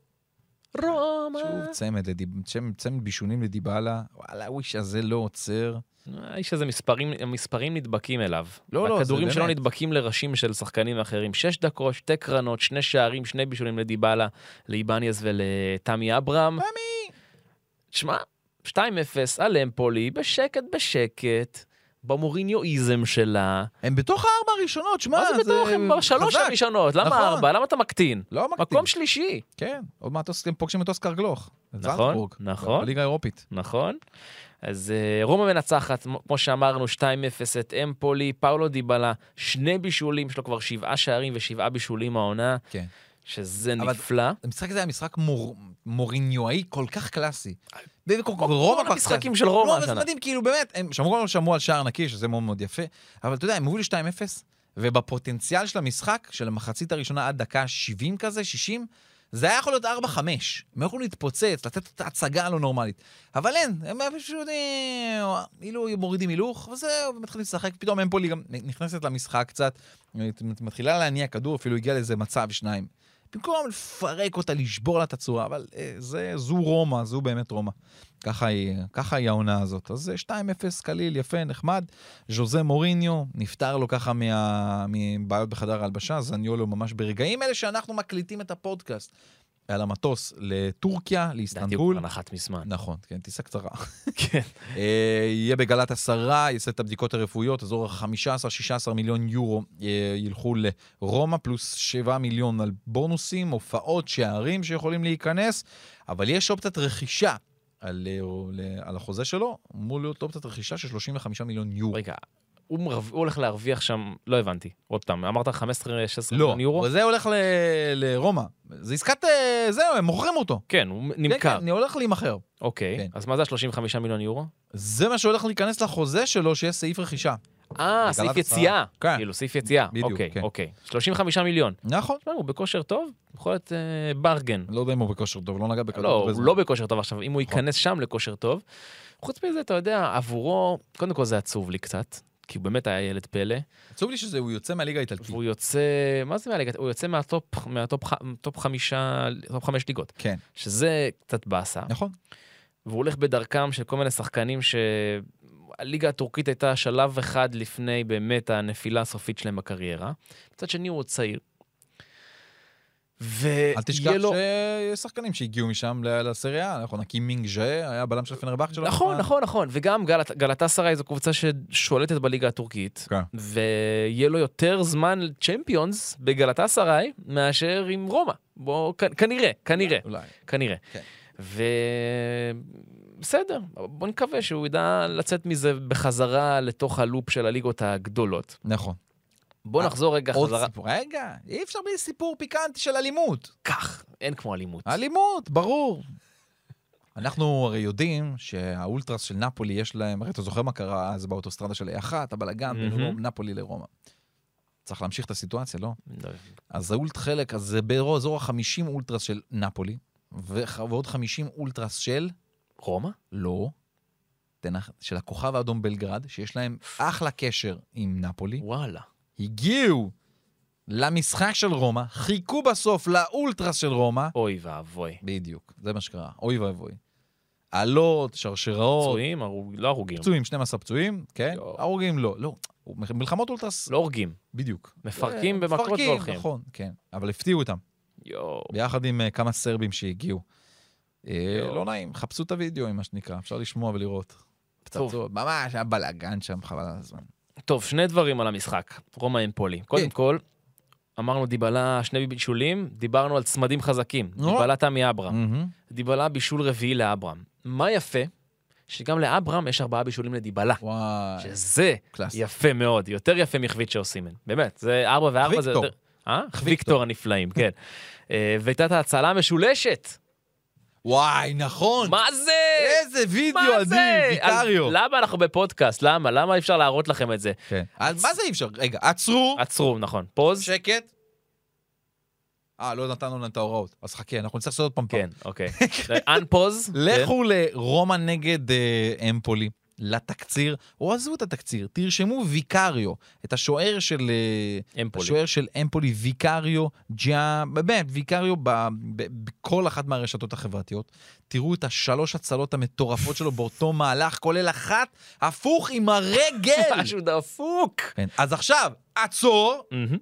רומא. שוב צמד, לדיב... צמד בישונים לדיבאלה, וואלה, האיש הזה לא עוצר. האיש הזה מספרים, המספרים נדבקים אליו. לא, לא, הכדורים זה שלו באמת. נדבקים לראשים של שחקנים אחרים. שש דקות, שתי קרנות, שני שערים, שני בישולים לדיבאלה, לאיבניאס ולתמי אברהם. תמי! שמע, שתיים אפס על אמפולי, בשקט בשקט, במוריניואיזם שלה. הם בתוך הארבע הראשונות, שמע, מה זה בתוך? הם בשלוש חזק. הראשונות, למה נכון. ארבע? למה אתה מקטין? לא מקטין. מקום שלישי. כן, עוד מעט הם פוגשים את אוסקר גלוך. את נכון, זלצבורג, נכון. בליגה האירופית. נכון? אז uh, רומא מנצחת, כמו שאמרנו, שתיים אפס את אמפולי, פאולו דיבאלה, שני בישולים, יש לו כבר שבעה שערים ושבעה בישולים העונה, כן. שזה אבל- נפלא. המשחק הזה היה משחק מור... מוריניואי כל כך קלאסי. וכל כל המשחקים של רומא לא, השנה. זה מדהים, כאילו באמת, הם שמרו לנו שמרו על שער נקי, שזה מאוד מאוד יפה, אבל אתה יודע, הם הובילו שתיים אפס, ובפוטנציאל של המשחק, של המחצית הראשונה עד דקה שבעים כזה, שישים, זה היה יכול להיות ארבע חמש. הם יכולו להתפוצץ, לתת את ההצגה הלא נורמלית. אבל אין, הם פשוט אה, אילו מורידים הילוך, וזהו, ומתחילים לשחק. פתאום אמפולי גם נכנסת למשחק קצת, מתחילה להניע כדור, אפילו הגיע לאיזה מצב שניים. במקום לפרק אותה, לשבור לה את הצורה, אבל אה, זה, זו רומא, זו באמת רומא. ככה היא, ככה היא העונה הזאת. אז שתיים אפס קליל, יפה, נחמד. ז'וזה מוריניו, נפטר לו ככה מה, מבעיות בחדר ההלבשה, זניולו ממש ברגעים אלה שאנחנו מקליטים את הפודקאסט. על המטוס לטורקיה, דעתי הוא לאיסטנבול. כבר נחת מזמן. נכון, כן, טיסה קצרה. כן. אה, יהיה בגלת עשרה, יעשה את הבדיקות הרפואיות, אזור ה-חמישה עשר שישה עשר מיליון יורו אה, ילכו לרומא, פלוס שבעה מיליון על בונוסים, הופעות, שערים שיכולים להיכנס, אבל יש אופציית רכישה על, אה, על החוזה שלו, אמור להיות אופציית רכישה של שלושים וחמישה מיליון יורו. רגע, הוא, מרו... הוא הולך להרוויח שם, לא הבנתי, עוד פעם, אמרת חמש עשרה שש עשרה לא, מיליון יורו? וזה הולך ל... לרומא. זה עסקת, אה, זהו, הם מוכרים אותו. כן, הוא כן, נמכר. כן, אני הולך להימחר. אוקיי, כן. אז מה זה ה-שלושים וחמישה מיליון יורו? זה מה שהולך להיכנס לחוזה שלו, שיש סעיף רכישה. אה, בגלת סעיף עשרה. יציאה. כן. כאילו, סעיף יציאה. בדיוק, אוקיי, כן. אוקיי. שלושים וחמישה מיליון. נכון. תשמע, הוא בכושר טוב, יכול להיות אה, ברגן. לא יודע אם הוא בכושר טוב, לא נגע בכדור. לא, הרבה הוא זמן. לא בכושר טוב עכשיו, אם הוא נכון. ייכנס שם לכושר טוב. חוץ מזה, אתה יודע, עבורו, קודם כל זה עצוב לי קצת, כי הוא באמת היה ילד פלא, עצוב לי שזה, הוא יוצא מהליגה האיטלקית. והוא יוצא, מה זה מהליגה? הוא יוצא מהטופ, מהטופ ח- טופ חמישה, טופ חמש ליגות, כן, שזה קצת באסה, נכון. והוא הולך בדרכם של כל מיני שחקנים שהליגה הטורקית הייתה שלב אחד לפני באמת הנפילה הסופית שלהם בקריירה. מצד שני הוא עוד צעיר. אל תשכח ויהיה לו... שיש שחקנים שהגיעו משם ל- לסריה, נכון, הקים מינג ז'ה, היה בלם של פנרבכט שלו. נכון, נכון, נכון. וגם גלת, גלאטסראי זו קבוצה ששולטת בליגה הטורקית, כן. ויהיה לו יותר זמן צ'מפיונס בגלאטסראי מאשר עם רומא. בוא, כ- כנראה, כנראה, אולי. כנראה. כן. ובסדר, בוא נקווה שהוא ידע לצאת מזה בחזרה לתוך הלופ של הליגות הגדולות. נכון. בוא נחזור רגע עוד חזרה. סיפור, רגע, אי אפשר בלי סיפור פיקנטי של אלימות. כך, אין כמו אלימות. אלימות, ברור. אנחנו הרי יודעים שהאולטרס של נפולי יש להם, הרי אתה זוכר מה קרה אז באוטוסטרדה של אחת, הבלגן בין מהמם. נפולי לרומא. צריך להמשיך את הסיטואציה, לא? לא. אז האולט חלק, אז זה באזור ה-חמישים אולטרס של נפולי, וח- ועוד חמישים אולטרס של, רומא? לא, תנח, של הכוכב האדום בלגרד, שיש להם אחלה קשר עם נפולי, וואלה. הגיעו למשחק של רומא, חיכו בסוף לאולטרס של רומא, אוי ואבוי. בדיוק, זה מה שקרה, אוי ואבוי. עלות, שרשראות, פצועים, הרוג... לא הרוגים. פצועים, שנים עשר פצועים, כן? יו. הרוגים לא, לא. מלחמות אולטרס, לא הורגים. בדיוק. מפרקים אה, במכות מפרקים, והולכים. נכון, כן. אבל הפתיעו אותם, יואו. ביחד עם uh, כמה סרבים שהגיעו. אה, יו. לא נעים, חפשו את הוידאו, מה שנקרא, אפשר לשמוע ולראות. טוב. פצצות, ממש, היה בלאגן שם, חבל על הזמן. טוב, שני דברים על המשחק, רומא אמפולי. קודם כל, אמרנו דיבלה שני בישולים, דיברנו על צמדים חזקים. דיבלה תמי אברהם. דיבלה בישול רביעי לאברהם. מה יפה? שגם לאברהם יש ארבעה בישולים לדיבלה. וואי. שזה קלאס. יפה מאוד. יותר יפה מחוויצ'ר אוסימן. באמת, זה ארבע וארבע. זה חוויקטור. יותר- אה? חוויקטור הנפלאים, כן. אה, והייתה את ההצלה המשולשת. וואי, נכון. מה זה? איזה וידאו מה אדיר, זה? ויקריו. אז למה אנחנו בפודקאסט? למה? למה אי אפשר להראות לכם את זה? כן. אז מה זה אי אפשר? רגע, עצרו. עצרו, נכון. פוז? שקט. אה, לא נתנו לנו את ההוראות. אז חכה, אנחנו נצטרך לעשות עוד פעם כן, פעם. אוקיי. אנפוז? לכו לרומא נגד אה, אמפולי, לתקציר, או עזבו את התקציר, תרשמו ויקריו, את השוער של אה, אמפולי. השוער של אמפולי, ויקריו, ג'ה, באמת, ויקריו ב, ב, בכל אחת מהרשתות החברתיות. תראו את השלוש הצלות המטורפות שלו באותו מהלך, כולל אחת הפוך עם הרגל. משהו דפוק. כן, אז עכשיו, עצור. מהמם.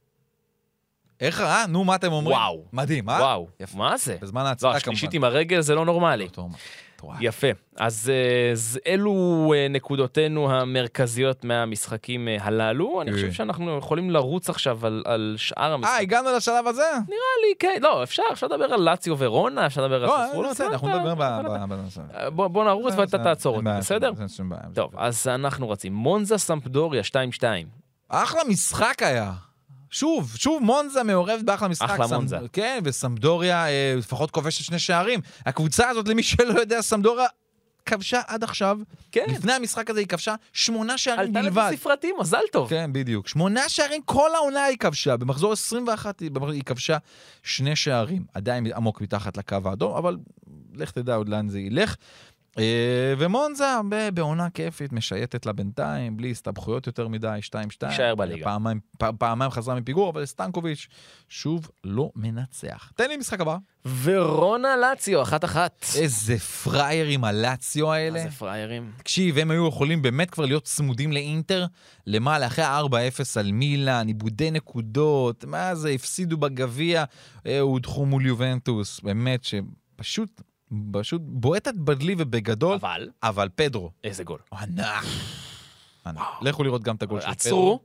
איך, אה? נו, מה אתם אומרים? וואו. מדהים, אה? וואו, יפה. מה זה? בזמן לא, ההצעה השלישית כמובן. עם הרגל זה לא נורמלי. טוב, טוב. יפה. אז אה, ז- אלו אה, נקודותינו המרכזיות מהמשחקים אה, הללו. אני חושב שאנחנו יכולים לרוץ עכשיו על- על שאר אה, המשחקים. הגענו לשלב הזה? נראה לי, כן. לא, אפשר, אפשר לדבר על לאציו ורונה, אפשר לדבר על לא, ססוולו. לא, בסדר, אנחנו נדבר ב- ב- בנושא. אה, בוא בוא נרוץ ואתה תעצור אותי, בסדר? אין שום בעיה. טוב, אז אנחנו רצים. מונזה סמפדוריה שתיים שתיים. אחלה משחק היה. שוב, שוב מונזה מעורבת באחלה משחק. אחלה סמ- מונזה. כן, וסמדוריה אה, לפחות כובשת שני שערים. הקבוצה הזאת, למי שלא יודע, סמדוריה כבשה עד עכשיו. כן. לפני המשחק הזה היא כבשה שמונה שערים עלתה בלבד. לזה ספרתי, מזל טוב. כן, בדיוק. שמונה שערים כל העונה היא כבשה. במחזור עשרים ואחת היא היא כבשה שני שערים. עדיין עמוק מתחת לקו האדום, אבל לך תדע עוד לאן זה ילך. אה, ומונזה ב- בעונה כיפית, משייטת לה בינתיים, בלי הסתבכויות יותר מדי, שתיים שתיים. תישאר בליגה. פעמיים, פ- פעמיים חזרה מפיגור, אבל סטנקוביץ' שוב לא מנצח. תן לי משחק הבא. ורונה לאציו, אחת אחת. איזה פריירים הלאציו האלה. איזה פריירים. תקשיב, הם היו יכולים באמת כבר להיות צמודים לאינטר, למעלה, אחרי ה-ארבע אפס על מילאן, איבודי נקודות, מה זה, הפסידו בגביע, אה, הודחו מול יובנטוס, באמת שפשוט, פשוט בועטת בדלי ובגדול, אבל, אבל פדרו, איזה גול. ענק. ענק. לכו לראות גם את הגול של פדרו. עצרו.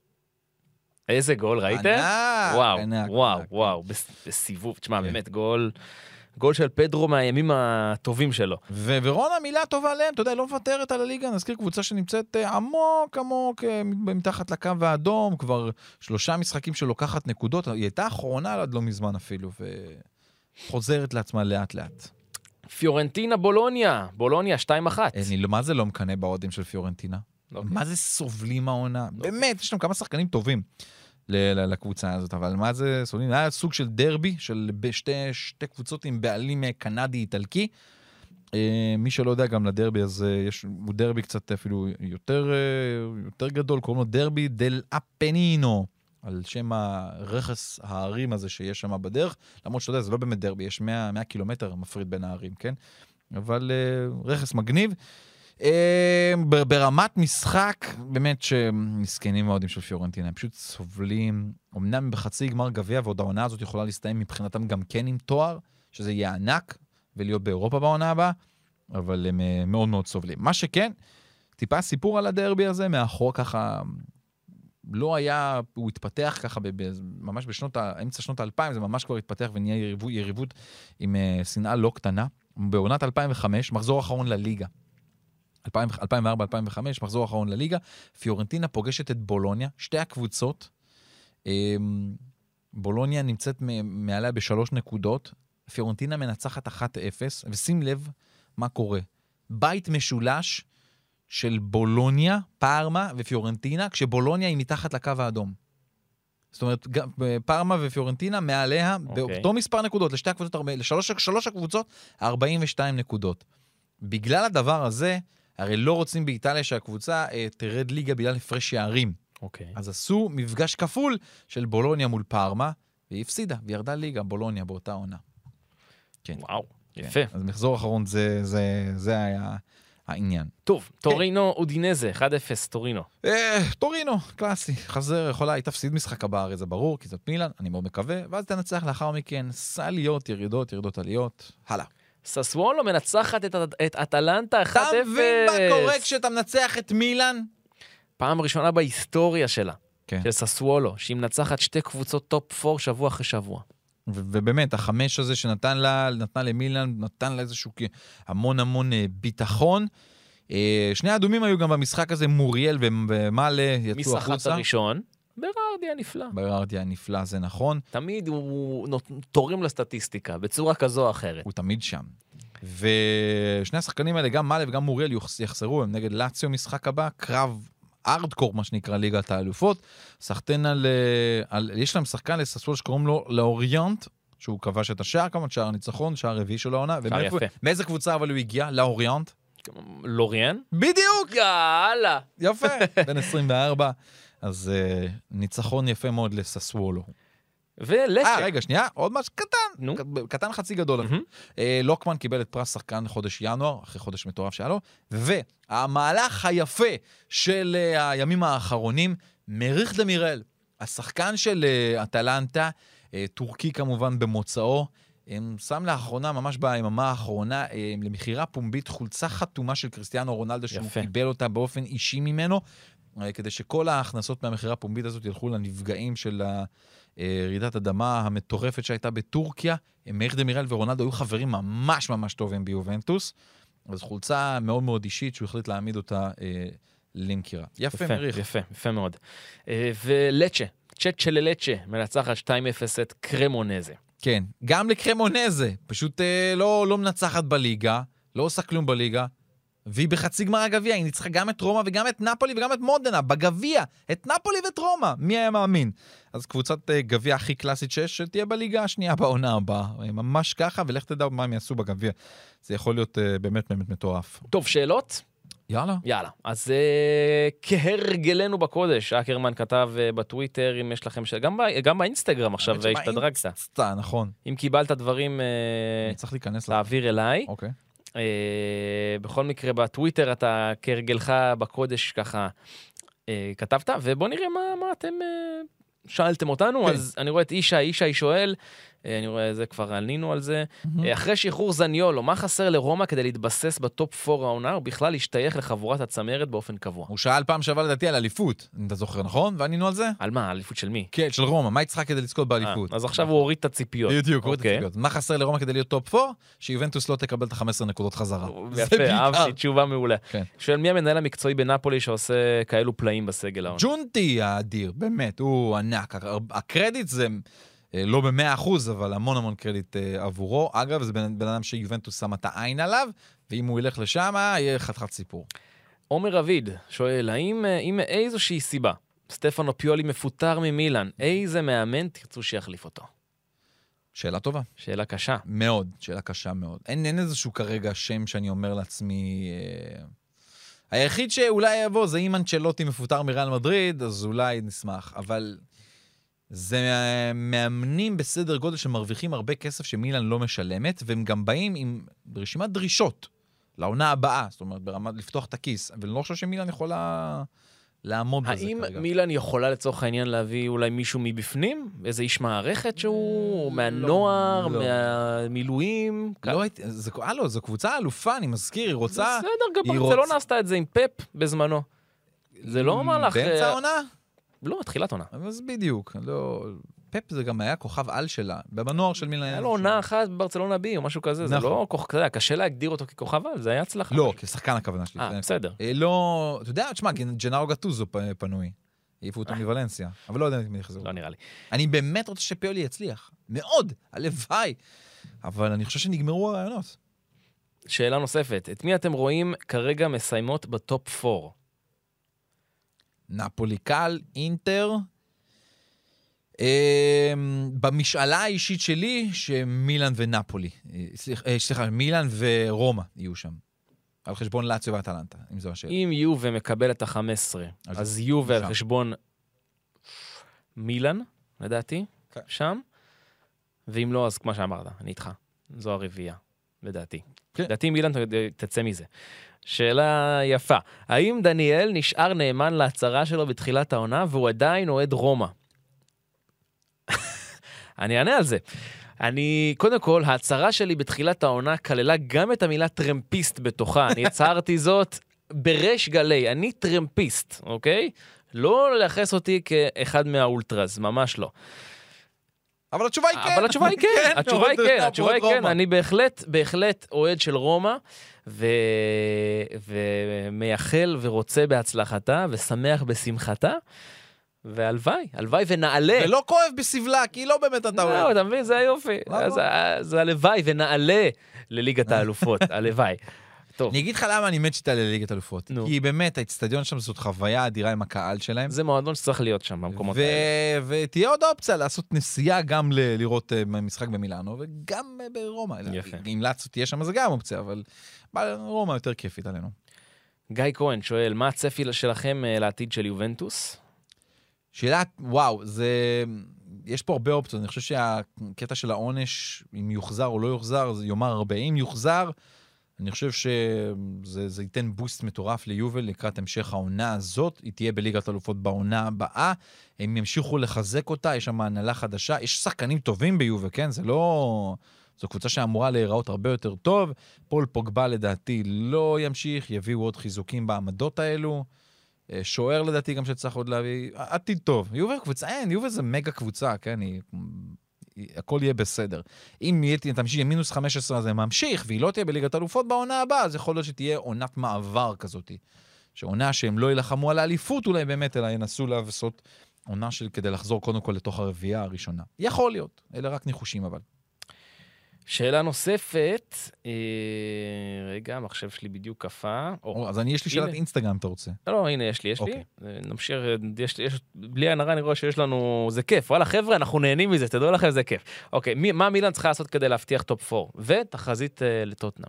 איזה גול, ראיתם? ענק, וואו, ענק, וואו, ענק. וואו, בס- בסיבוב. תשמע, כן. באמת, גול, גול של פדרו מהימים הטובים שלו. ו- ורונה מילה טובה עליהם, אתה יודע, לא מוותרת על הליגה, נזכיר קבוצה שנמצאת אה, עמוק עמוק אה, מתחת לקו האדום, כבר שלושה משחקים שלוקחת נקודות, היא הייתה אחרונה עד לא מזמן אפילו, וחוזרת לעצמה לאט לאט. פיורנטינה בולוניה, בולוניה שתיים אחת. אני, מה זה לא מקנא באוהדים של פיורנטינה? אוקיי. מה זה סובלים העונה? באמת, יש לנו כמה שחקנים טובים ל- ל- לקבוצה הזאת, אבל מה זה סובלים? היה סוג של דרבי, של שתי, שתי קבוצות עם בעלים קנדי-איטלקי. אה, מי שלא יודע, גם לדרבי הזה, יש, הוא דרבי קצת אפילו יותר, אה, יותר גדול, קוראים לו דרבי דל אפנינו, על שם הרכס הערים הזה שיש שם בדרך, למרות שאתה יודע, זה לא באמת דרבי, יש מאה, מאה קילומטר מפריד בין הערים, כן? אבל אה, רכס מגניב. אה, ב- ברמת משחק, באמת שמסכנים מאוד עם של פיורנטינה, הם פשוט סובלים, אמנם בחצי גמר גביע, ועוד העונה הזאת יכולה להסתיים מבחינתם גם כן עם תואר, שזה יהיה ענק, ולהיות באירופה בעונה הבאה, אבל הם אה, מאוד מאוד סובלים. מה שכן, טיפה סיפור על הדרבי הזה, מאחור ככה, לא היה, הוא התפתח ככה, ב- ב- ממש בשנות, ה- אמצע שנות האלפיים, זה ממש כבר התפתח ונהיה יריבות, יריבות עם אה, שנאה לא קטנה. בעונת אלפיים וחמש, מחזור אחרון לליגה. אלפיים וארבע אלפיים וחמש, מחזור אחרון לליגה, פיורנטינה פוגשת את בולוניה, שתי הקבוצות, אה, בולוניה נמצאת מ- מעליה בשלוש נקודות, פיורנטינה מנצחת אחת אפס, ושים לב מה קורה. בית משולש של בולוניה, פארמה ופיורנטינה, כשבולוניה היא מתחת לקו האדום. זאת אומרת, גם- פארמה ופיורנטינה מעליה, אוקיי. באותו מספר נקודות, לשתי הקבוצות, ארבעים- לשלוש שלוש הקבוצות, ארבעים ושתיים נקודות. בגלל הדבר הזה, הרי לא רוצים באיטליה שהקבוצה אה, תרד ליגה בגלל הפרש שערים. אוקיי. אז עשו מפגש כפול של בולוניה מול פארמה, והיא הפסידה, וירדה ליגה, בולוניה באותה עונה. כן. וואו, כן. יפה. אז מחזור אחרון זה, זה, זה היה העניין. טוב, טורינו אודינזה, אחד אפס, טורינו. אה, טורינו, קלאסי, חזר, יכולה, היא תפסיד משחק הבא, הרי זה ברור, כי זאת מילאן, אני מאוד מקווה, ואז תנצח לאחר מכן, סליות, ירידות, ירידות עליות, הלאה. ססוולו מנצחת את את אטלנטה אחד אתה אפס. מבין מה קורה כשאתה מנצח את מילאן? פעם ראשונה בהיסטוריה שלה, כן. של ססוולו, שהיא מנצחת שתי קבוצות טופ ארבע שבוע אחרי שבוע. ו- ובאמת, החמש הזה שנתן לה, נתנה למילאן, נתן לה איזשהו המון המון ביטחון. שני האדומים היו גם במשחק הזה, מוריאל ומאלה יצאו החוצה. משחק הראשון, ברארדי הנפלא. ברארדי הנפלא, זה נכון. תמיד הוא תורם לסטטיסטיקה, בצורה כזו או אחרת. הוא תמיד שם. ושני השחקנים האלה, גם מאלה וגם מוריאל, יחסרו, הם נגד לאציו משחק הבא, קרב ארדקור, מה שנקרא ליגת האלופות. שחקן על, על... יש להם שחקן לססוול שקוראים לו לאוריינט, שהוא כבש את השער, כמובן, שער הניצחון, שער רביעי של העונה. שער יפה. מאיזה קבוצה אבל הוא הגיע? לאוריינט? לוריאן? בדיוק! יאללה! יפה, בן עשרים וארבע. אז uh, ניצחון יפה מאוד לססוולו. ולצ'ה. אה, רגע, שנייה, עוד משהו קטן. נו. קטן חצי גדול. Mm-hmm. אה, לוקמן קיבל את פרס שחקן חודש ינואר, אחרי חודש מטורף שהיה לו, והמהלך היפה של uh, הימים האחרונים, מריך דמירל, השחקן של uh, אטלנטה, uh, טורקי כמובן במוצאו, הם שם לאחרונה, ממש ביממה האחרונה, הם, למחירה פומבית חולצה חתומה של קריסטיאנו רונלדו, שהוא קיבל אותה באופן אישי ממנו, כדי שכל ההכנסות מהמחירה הפומבית הזאת ילכו לנפגעים של רעידת אדמה המטורפת שהייתה בטורקיה. מאיר דמירל ורונלדו היו חברים ממש ממש טובים ביובנטוס, אז חולצה מאוד מאוד אישית שהוא החליט להעמיד אותה אה, למכירה. יפה, יפה, מריך. יפה, יפה מאוד. אה, ולצ'ה, צ'ט של לצ'ה, מנצחת שתיים אפס את קרמונזה. כן, גם לקרמונזה, פשוט אה, לא, לא מנצחת בליגה, לא עושה כלום בליגה, והיא בחצי גמר הגביע, היא ניצחה גם את רומא וגם את נפולי וגם את מודנה, בגביע, את נפולי ואת רומא, מי היה מאמין? אז קבוצת uh, גביע הכי קלאסית שיש, שתהיה בליגה השנייה בעונה הבאה, ממש ככה, ולך תדע מה הם יעשו בגביע. זה יכול להיות uh, באמת באמת מטורף. טוב, שאלות? יאללה. יאללה. אז uh, כהרגלנו בקודש, אקרמן כתב uh, בטוויטר, אם יש לכם, ש... גם, ב... גם באינסטגרם עכשיו השתדרגת. נכון. אם קיבלת דברים, uh, אני צריך להיכנס להעביר אליי. אוקיי. Uh, בכל מקרה, בטוויטר אתה כהרגלך בקודש ככה uh, כתבת, ובוא נראה מה, מה אתם uh, שאלתם אותנו. כן. אז אני רואה את אישה, אישה היא שואל, uh, אני רואה זה כבר עלינו על זה, mm-hmm. uh, אחרי שחרור זניולו, מה חסר לרומא כדי להתבסס בטופ ארבע העונה, ובכלל להשתייך לחבורת הצמרת באופן קבוע? הוא שאל פעם שעבר לדעתי על אליפות, אם אתה זוכר, נכון? וענינו על זה? על מה? אליפות של מי? כן, של רומא, מה היא צריכה כדי לזכות באליפות? אז עכשיו הוא הוריד את הציפיות. בדיוק, הוריד את הציפיות. מה חסר לרומא כדי להיות טופ ארבע? שיובנטוס לא תקבל את ה-חמש עשרה נקודות חזרה. יפה, אהבתי, תשובה מעולה. שואל מי המנהל המקצועי בנפולי שעושה כאלו פלאים בסגל העונה? ג'ונטי האדיר, באמת, הוא ענק. הקרדיט זה לא ב-מאה אחוז, אבל המון המון קרדיט עבורו. אגב, זה בן אדם שיובנטוס שם את העין עליו, ואם הוא ילך לשם, יהיה חתיכת סיפור. עומר אביד שואל, האם עם איזושהי סיבה סטפנו פיולי מפוטר ממילאן, איזה מאמן תרצו שיחליף אותו? שאלה טובה. שאלה קשה. מאוד, שאלה קשה מאוד. אין, אין איזשהו כרגע שם שאני אומר לעצמי... אה... היחיד שאולי יבוא זה אם אנצ'לוטי מפוטר מריאל מדריד, אז אולי נשמח. אבל זה מאמנים בסדר גודל שמרוויחים הרבה כסף שמילאן לא משלמת, והם גם באים עם רשימת דרישות לעונה הבאה, זאת אומרת, ברמה לפתוח את הכיס, אבל אני לא חושב שמילאן יכולה... לעמוד בזה האם כרגע. מילאן יכולה לצורך העניין להביא אולי מישהו מבפנים? איזה איש מערכת שהוא? מהנוער? לא. מהמילואים? לא הייתי, זה, הלו, זו קבוצה אלופה, אני מזכיר, היא רוצה... בסדר, גם ברצלונה עשתה את זה עם פפ בזמנו. זה לא מהלך... באמצע העונה? לא, תחילת עונה. אז בדיוק, לא... פפ זה גם היה כוכב על שלה, בנוער של מילאן. היה לו עונה אחת בברצלונה בי או משהו כזה, זה לא כוכב כזה, קשה להגדיר אותו ככוכב על, זה היה הצלחה. לא, כשחקן הכוונה שלי. אה, בסדר. לא, אתה יודע, תשמע, ג'נארו גטוזו פנוי, העיפו אותו מוולנסיה, אבל לא יודע מי יחזור. לא נראה לי. אני באמת רוצה שפיולי יצליח, מאוד, הלוואי, אבל אני חושב שנגמרו הרעיונות. שאלה נוספת, את מי אתם רואים כרגע מסיימות בטופ ארבע? נפולי קל, אינטר, במשאלה האישית שלי, שמילאן ונפולי, סליחה, מילאן ורומא יהיו שם, על חשבון לאציו ואטלנטה, אם זו השאלה. אם יובה מקבל את ה-חמש עשרה, אז יובה על חשבון מילאן, לדעתי, שם, ואם לא, אז כמו שאמרת, אני איתך, זו הרביעייה, לדעתי. לדעתי מילאן תצא מזה. שאלה יפה, האם דניאל נשאר נאמן להצהרה שלו בתחילת העונה, והוא עדיין אוהד רומא? אני אענה על זה. אני, קודם כל, ההצהרה שלי בתחילת העונה כללה גם את המילה טרמפיסט בתוכה. אני הצהרתי זאת בריש גלי, אני טרמפיסט, אוקיי? לא לייחס אותי כאחד מהאולטרס, ממש לא. אבל התשובה היא כן. אבל התשובה היא כן, התשובה היא כן, התשובה היא כן. רומא. אני בהחלט, בהחלט אוהד של רומא, ו... ומייחל ורוצה בהצלחתה, ושמח בשמחתה, והלוואי, הלוואי ונעלה. ולא כואב בסבלה, כי לא באמת אתה לא, אוהב. אתה מבין, זה היופי. אז זה הלוואי ונעלה לליגת האלופות, הלוואי. טוב, אני אגיד לך למה אני מת שאתה לליגת אלופות. נו. כי באמת, האצטדיון שם זאת חוויה אדירה עם הקהל שלהם. זה מועדון שצריך להיות שם, במקומות האלה. ו- ותהיה עוד אופציה לעשות נסיעה גם ל- לראות אה, משחק במילאנו, וגם אה, ברומא. יפה. אם לאצו תהיה שם, זה גם אופציה, אבל רומא יותר כיפית עלינו. גיא כהן שואל, מה הצפי שלכם אה, לעתיד של יובנטוס? שאלה, וואו, זה... יש פה הרבה אופציות. אני חושב שהקטע של העונש, אם יוחזר או לא יוחזר, זה יאמר הרבה. אם יוחזר, אני חושב שזה זה ייתן בוסט מטורף ליובל לקראת המשך העונה הזאת. היא תהיה בליגת אלופות בעונה הבאה. הם ימשיכו לחזק אותה, יש שם הנהלה חדשה. יש שחקנים טובים ביובל, כן? זה לא... זו קבוצה שאמורה להיראות הרבה יותר טוב. פול פוגבה לדעתי לא ימשיך, יביאו עוד חיזוקים בעמדות האלו. שוער לדעתי גם שצריך עוד להביא, עתיד טוב. יובל קבוצה, אין, יובל זה מגה קבוצה, כן? היא, היא, הכל יהיה בסדר. אם יהיה, תמשיך מינוס חמש עשרה זה ממשיך, והיא לא תהיה בליגת אלופות בעונה הבאה, אז יכול להיות שתהיה עונת מעבר כזאת. שעונה שהם לא ילחמו על האליפות אולי באמת, אלא ינסו לעשות עונה של כדי לחזור קודם כל לתוך הרביעייה הראשונה. יכול להיות, אלה רק ניחושים אבל. שאלה נוספת, אה, רגע, המחשב שלי בדיוק קפה. או, אז אני, יש לי שאלת אינסטגרם, אתה רוצה? לא, לא, הנה, יש לי, יש לי. אוקיי. נמשיך, יש, יש, בלי הנרה אני רואה שיש לנו, זה כיף. וואלה, חבר'ה, אנחנו נהנים מזה, תדעו לכם, זה כיף. אוקיי, מי, מה מילאן צריכה לעשות כדי להבטיח טופ ארבע? ותחזית אה, לטוטנאם.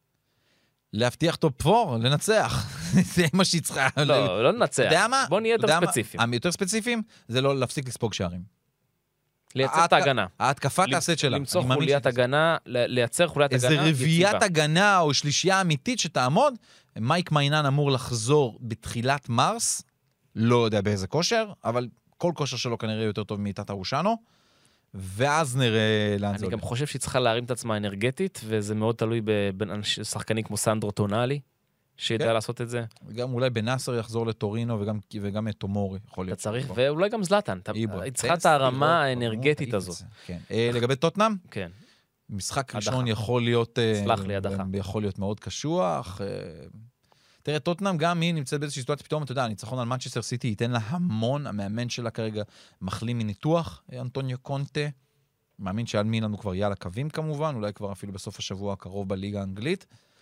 להבטיח טופ ארבע, לנצח. זה מה שהיא צריכה. לא, לא ננצח. אתה יודע מה? בוא נהיה יותר ספציפיים. יותר ספציפיים זה לא להפסיק לספוג שערים. לייצר את ההגנה. ההתקפה תעשה את שלה. למצוא חוליית הגנה, לייצר חוליית הגנה יציבה. איזה רביעיית יציבה. הגנה או שלישייה אמיתית שתעמוד. מייק מיינן אמור לחזור בתחילת מרס, לא יודע באיזה כושר, אבל כל כושר שלו כנראה יותר טוב מאיתת ארושנו, ואז נראה לאן זה אני הולך. גם חושב שהיא צריכה להרים את עצמה אנרגטית, וזה מאוד תלוי בשחקנים כמו סנדרו טונאלי, שידע כן. לעשות את זה. גם אולי בנאסר יחזור לטורינו, וגם, וגם את תומורי יכול אתה להיות. צריך, ואולי גם זלטן. אתה- איברה. היא צריכה את הרמה האנרגטית תעיף את הזו. זה. כן. אה, לגבי טוטנאם, כן. משחק הדחה. ראשון יכול להיות... אה, סלח לי, הדחה. יכול להיות מאוד קשוח. אה, תראה, טוטנאם גם היא נמצאת באיזושהי סיטואציה, פתאום, אתה יודע, הניצחון על מנצ'סטר סיטי ייתן לה המון, המאמן שלה כרגע מחלים מניתוח, אנטוניו קונטה. מאמין שעל מילאן הוא כבר יהיה על הקווים כמובן, אולי כבר אפילו בסוף השבוע הקרוב בליגה האנגלית.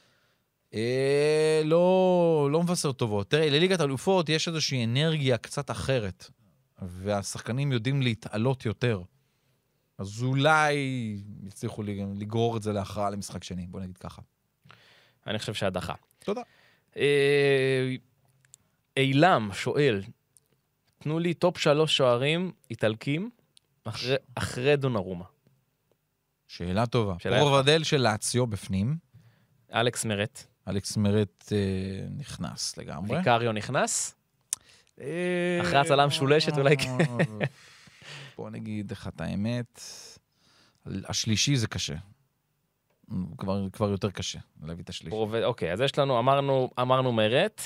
אה, לא, לא מבשר טובות. תראה, לליגת אלופות יש איזושהי אנרגיה קצת אחרת, והשחקנים יודעים להתעלות יותר. אז אולי יצליחו לגרור את זה להכרעה למשחק שני, בוא נגיד ככה. אני חושב שהדחה. תודה. אה, אילם שואל, תנו לי טופ שלוש שוערים איטלקים אחרי, אחרי דונרומה. שאלה טובה. שאלה פרובדל של לאציו בפנים. אלכס מרט. אלכס מרט אה, נכנס לגמרי. ויקריו נכנס. אה, אחרי הצלה משולשת אולי כן. בוא נגיד לך את האמת. השלישי זה קשה. כבר, כבר יותר קשה להביא את השלישי. פרובד... אוקיי, אז יש לנו, אמרנו, אמרנו מרט,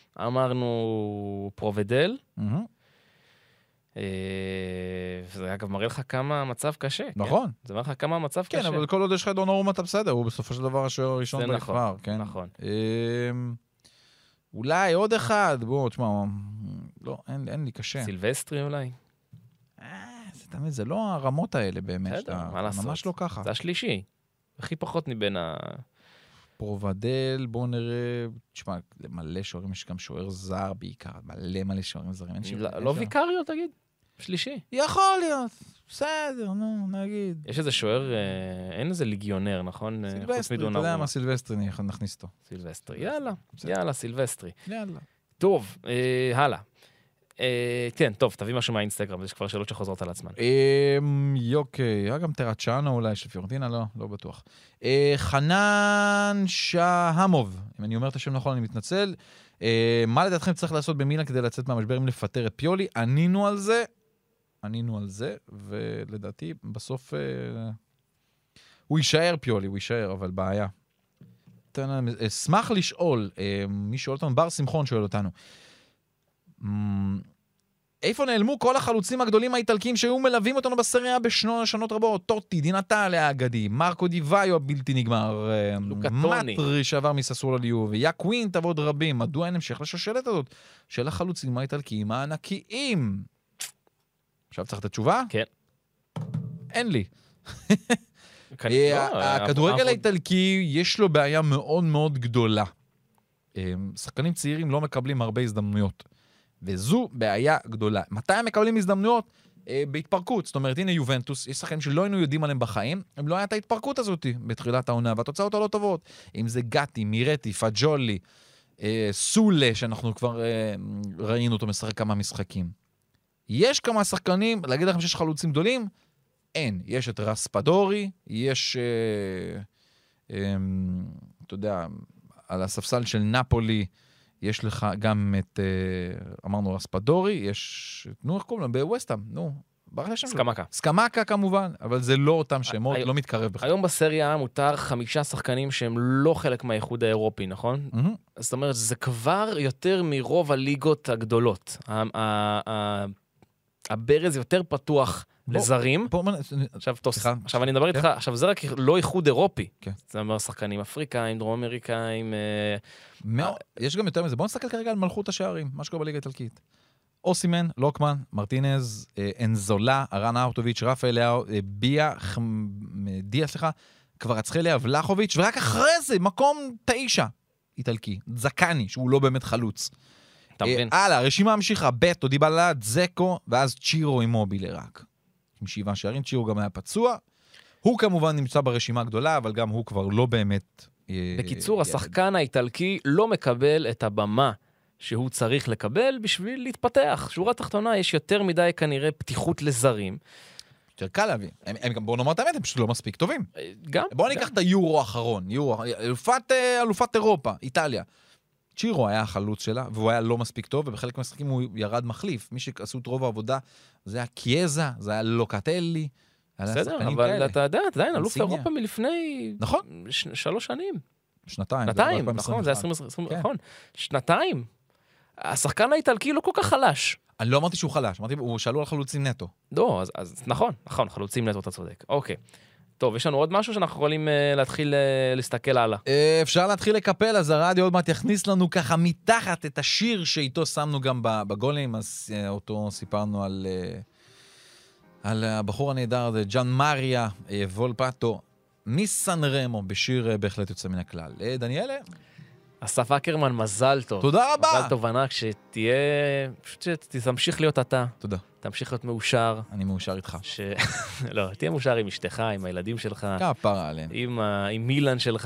אמרנו פרובדל. מהמם. אה, זה אגב מראה לך כמה המצב קשה. נכון. כן? זה מראה לך כמה המצב כן, קשה. אבל כל עוד יש לך דונרומה אתה בסדר, הוא בסופו של דבר השוער הראשון זה נכון, בכפר, כן? נכון. אמ, אולי עוד אחד, בוא, תשמע, לא, אין, אין לי קשה. סילבסטרי אולי? אה, זה תמיד, זה לא הרמות האלה באמת. בסדר, שאתה- מה לעשות? ממש לא ככה. זה השלישי. הכי פחות מבין ה... פרובדל, בואו נראה, תשמע, מלא שוערים, יש גם שוער זר בעיקר, מלא מלא שוערים זרים. אין שם- לא אין לא שם- ויקריו, תגיד? שלישי. יכול להיות, בסדר, נו, נגיד. יש איזה שוער, אה, אין איזה ליגיונר, נכון? אה, חוץ סילבסטרי, אתה יודע מדונרומה. מה סילבסטרי, נכניס אותו. סילבסטרי, יאללה, בסדר. יאללה, סילבסטרי. יאללה. טוב, אה, הלאה. אה, כן, טוב, תביא משהו מהאינסטגרם, יש כבר שאלות שחוזרות על עצמן. אמ, יוקי, היה גם טרצ'אנו אולי של פיורנטינה, לא, לא בטוח. אה, חנן שהמוב, אם אני אומר את השם נכון אני מתנצל. אה, מה לדעתכם צריך לעשות במילאן כדי לצאת מהמשבר אם לפטר את פיולי? ענינו על זה, ענינו על זה, ולדעתי בסוף אה, הוא יישאר פיולי, הוא יישאר, אבל בעיה. אשמח לשאול, מי שואל אותנו, בר שמחון שואל אותנו, איפה נעלמו כל החלוצים הגדולים האיטלקים שהיו מלווים אותנו בסריה בשנות רבות? טוטי, דינטלי האגדי, מרקו דיוויו הבלתי נגמר, לוקטוני. מטרי שעבר מססולו ליובה, יאקווינט ועוד רבים. מדוע אין המשך לשושלת הזאת של החלוצים האיטלקיים הענקיים? עכשיו צריך את התשובה? כן. אין לי. כנראה, לא, הכדורגל עבוד- האיטלקי יש לו בעיה מאוד מאוד גדולה. שחקנים צעירים לא מקבלים הרבה הזדמנויות. וזו בעיה גדולה. מתי הם מקבלים הזדמנויות? אה, בהתפרקות. זאת אומרת, הנה יובנטוס, יש שחקנים שלא היינו יודעים עליהם בחיים, הם לא היה את ההתפרקות הזאת בתחילת העונה, והתוצאות הלא טובות. אם זה גטי, מירטי, פג'ולי, אה, סולה, שאנחנו כבר אה, ראינו אותו משחק כמה משחקים. יש כמה שחקנים, להגיד לכם שיש חלוצים גדולים? אין. יש את רספדורי, יש, אה, אה, אתה יודע, על הספסל של נפולי, יש לך גם את, אמרנו, רספדורי, יש, נו, איך קוראים לו? בווסטהאם, נו. סקמקה. סקמקה כמובן, אבל זה לא אותם שמות, היום- לא מתקרב בכלל. היום בסריה מותר חמישה שחקנים שהם לא חלק מהאיחוד האירופי, נכון? מהמם. זאת אומרת, זה כבר יותר מרוב הליגות הגדולות. ה- ה- ה- הברז יותר פתוח בוא- לזרים. בוא, עכשיו, טוב, סליחה. עכשיו אני מדבר איתך, עכשיו זה רק לא איחוד אירופי. כן. זה אומר שחקנים אפריקאים, דרום אמריקאים, אה, מאוד- יש גם יותר מזה. בואו נסתכל כרגע על מלכות השערים, מה שקורה בליגה האיטלקית. אוסימן, לוקמן, מרטינז, אה, אנזולה, ארן ארטוביץ', רפאל לאו, אה, ביה, חמ- דיה, סליחה, קברצחליה, ולחוביץ', ורק אחרי זה, מקום תשע, איטלקי, זקני, שהוא לא באמת חלוץ. אתה מבין? אה, הלאה, הרשימה המשיכה, בטו, דיבלה, זקו, ואז צ'ירו אימובילה רק. עם שבעה שערים, צ'ירו גם היה פצוע. הוא כמובן נמצא ברשימה הגדולה, אבל גם הוא כבר לא באמת... אה, בקיצור, אה, השחקן האיטלקי לא מקבל את הבמה שהוא צריך לקבל בשביל להתפתח. שורה תחתונה, יש יותר מדי כנראה פתיחות לזרים. יותר קל להביא. הם, הם גם, בואו נאמר את האמת, הם פשוט לא מספיק טובים. גם, בואו גם. ניקח את היורו האחרון, יורו, אלופת, אה, אלופת אירופה, איטליה. צ'ירו היה החלוץ שלה, והוא היה לא מספיק טוב, ובחלק מהמשחקים הוא ירד מחליף. מי שעשו את רוב העבודה, זה היה קיאזה, זה היה לוקטלי. היה בסדר, שחקנים אבל כאלה. אתה יודע, עדיין, אלוף אינסיגניה. אירופה מלפני נכון. ש- שלוש שנים. שנתיים. זה שנתיים, ב-אלפיים נכון, עשרים זה ואחת. עשרים עשרים, כן. נכון. שנתיים. השחקן האיטלקי לא כל כך חלש. אני לא אמרתי שהוא חלש, אמרתי, הוא שאלו על חלוצים נטו. לא, אז, אז נכון, נכון, חלוצים נטו, אתה צודק. אוקיי. טוב, יש לנו עוד משהו שאנחנו יכולים uh, להתחיל uh, להסתכל הלאה. אה, אפשר להתחיל לקפל, אז הרדיו עוד מעט יכניס לנו ככה מתחת את השיר שאיתו שמנו גם ב- בגולים, אז אה, אותו סיפרנו על, אה, על הבחור הנהדר הזה, ג'אן מריה אה, וולפטו, מסן רמו, בשיר אה, בהחלט יוצא מן הכלל. אה, דניאלה, אסף אקרמן, מזל טוב. תודה רבה. מזל טוב ענק, שתהיה, פשוט שתמשיך להיות אתה, תודה, תמשיך להיות מאושר, אני מאושר איתך. ש... לא, תהיה מאושר עם אשתך, עם הילדים שלך, כפרה עליהם. עם, ה... עם מילן שלך,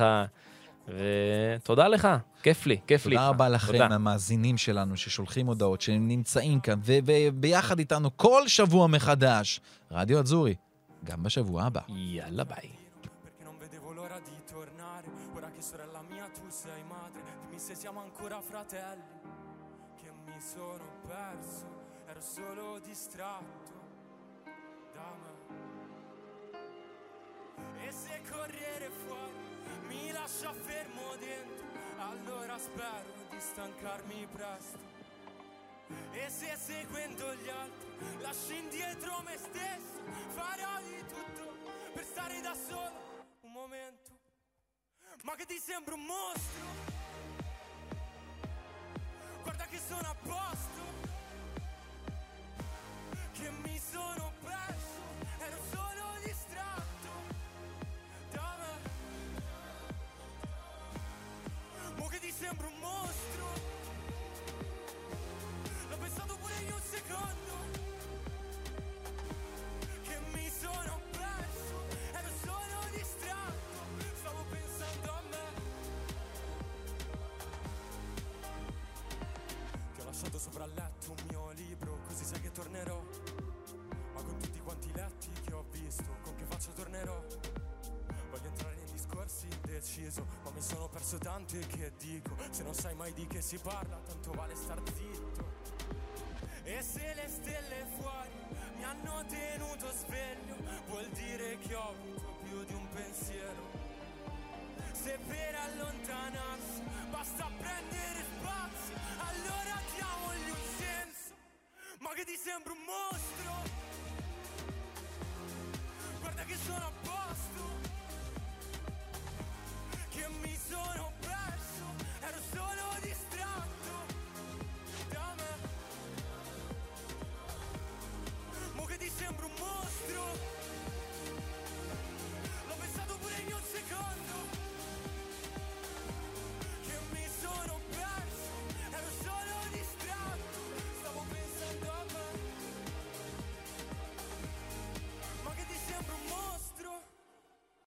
ותודה לך, כיף לי, כיף לי. תודה איתך. רבה לכם, תודה. המאזינים שלנו, ששולחים הודעות, שנמצאים כאן, וביחד איתנו כל שבוע מחדש. רדיו אזורי, גם בשבוע הבא. יאללה ביי. Perché non vedevo l'ora di tornare. Ora che sorella mia tu sei madre, dimmi se siamo ancora fratelli. Che mi sono perso, ero solo distratto da me. E se correre fuori mi lascia fermo dentro, allora spero di stancarmi presto. E se seguendo gli altri lascio indietro me stesso, farò di tutto per stare da solo un momento. Ma che ti sembra un mostro? Guarda che sono a posto, che mi sono perso, ero solo distratto da me. Ma che ti sembra un mostro? L'ho pensato pure io un secondo, che mi sono perso, ero solo distratto, stavo pensando a me. Ti ho lasciato sopra il letto un mio libro, così sai che tornerò. Ma con tutti quanti letti che ho visto, con che faccia tornerò? Voglio entrare nei discorsi indeciso, ma mi sono perso tanto e che dico? Se non sai mai di che si parla, tanto vale star zitto. E se le stelle fuori mi hanno tenuto sveglio, vuol dire che ho avuto più di un pensiero. Se per allontanare sembro un mostro. Guarda che sono a posto.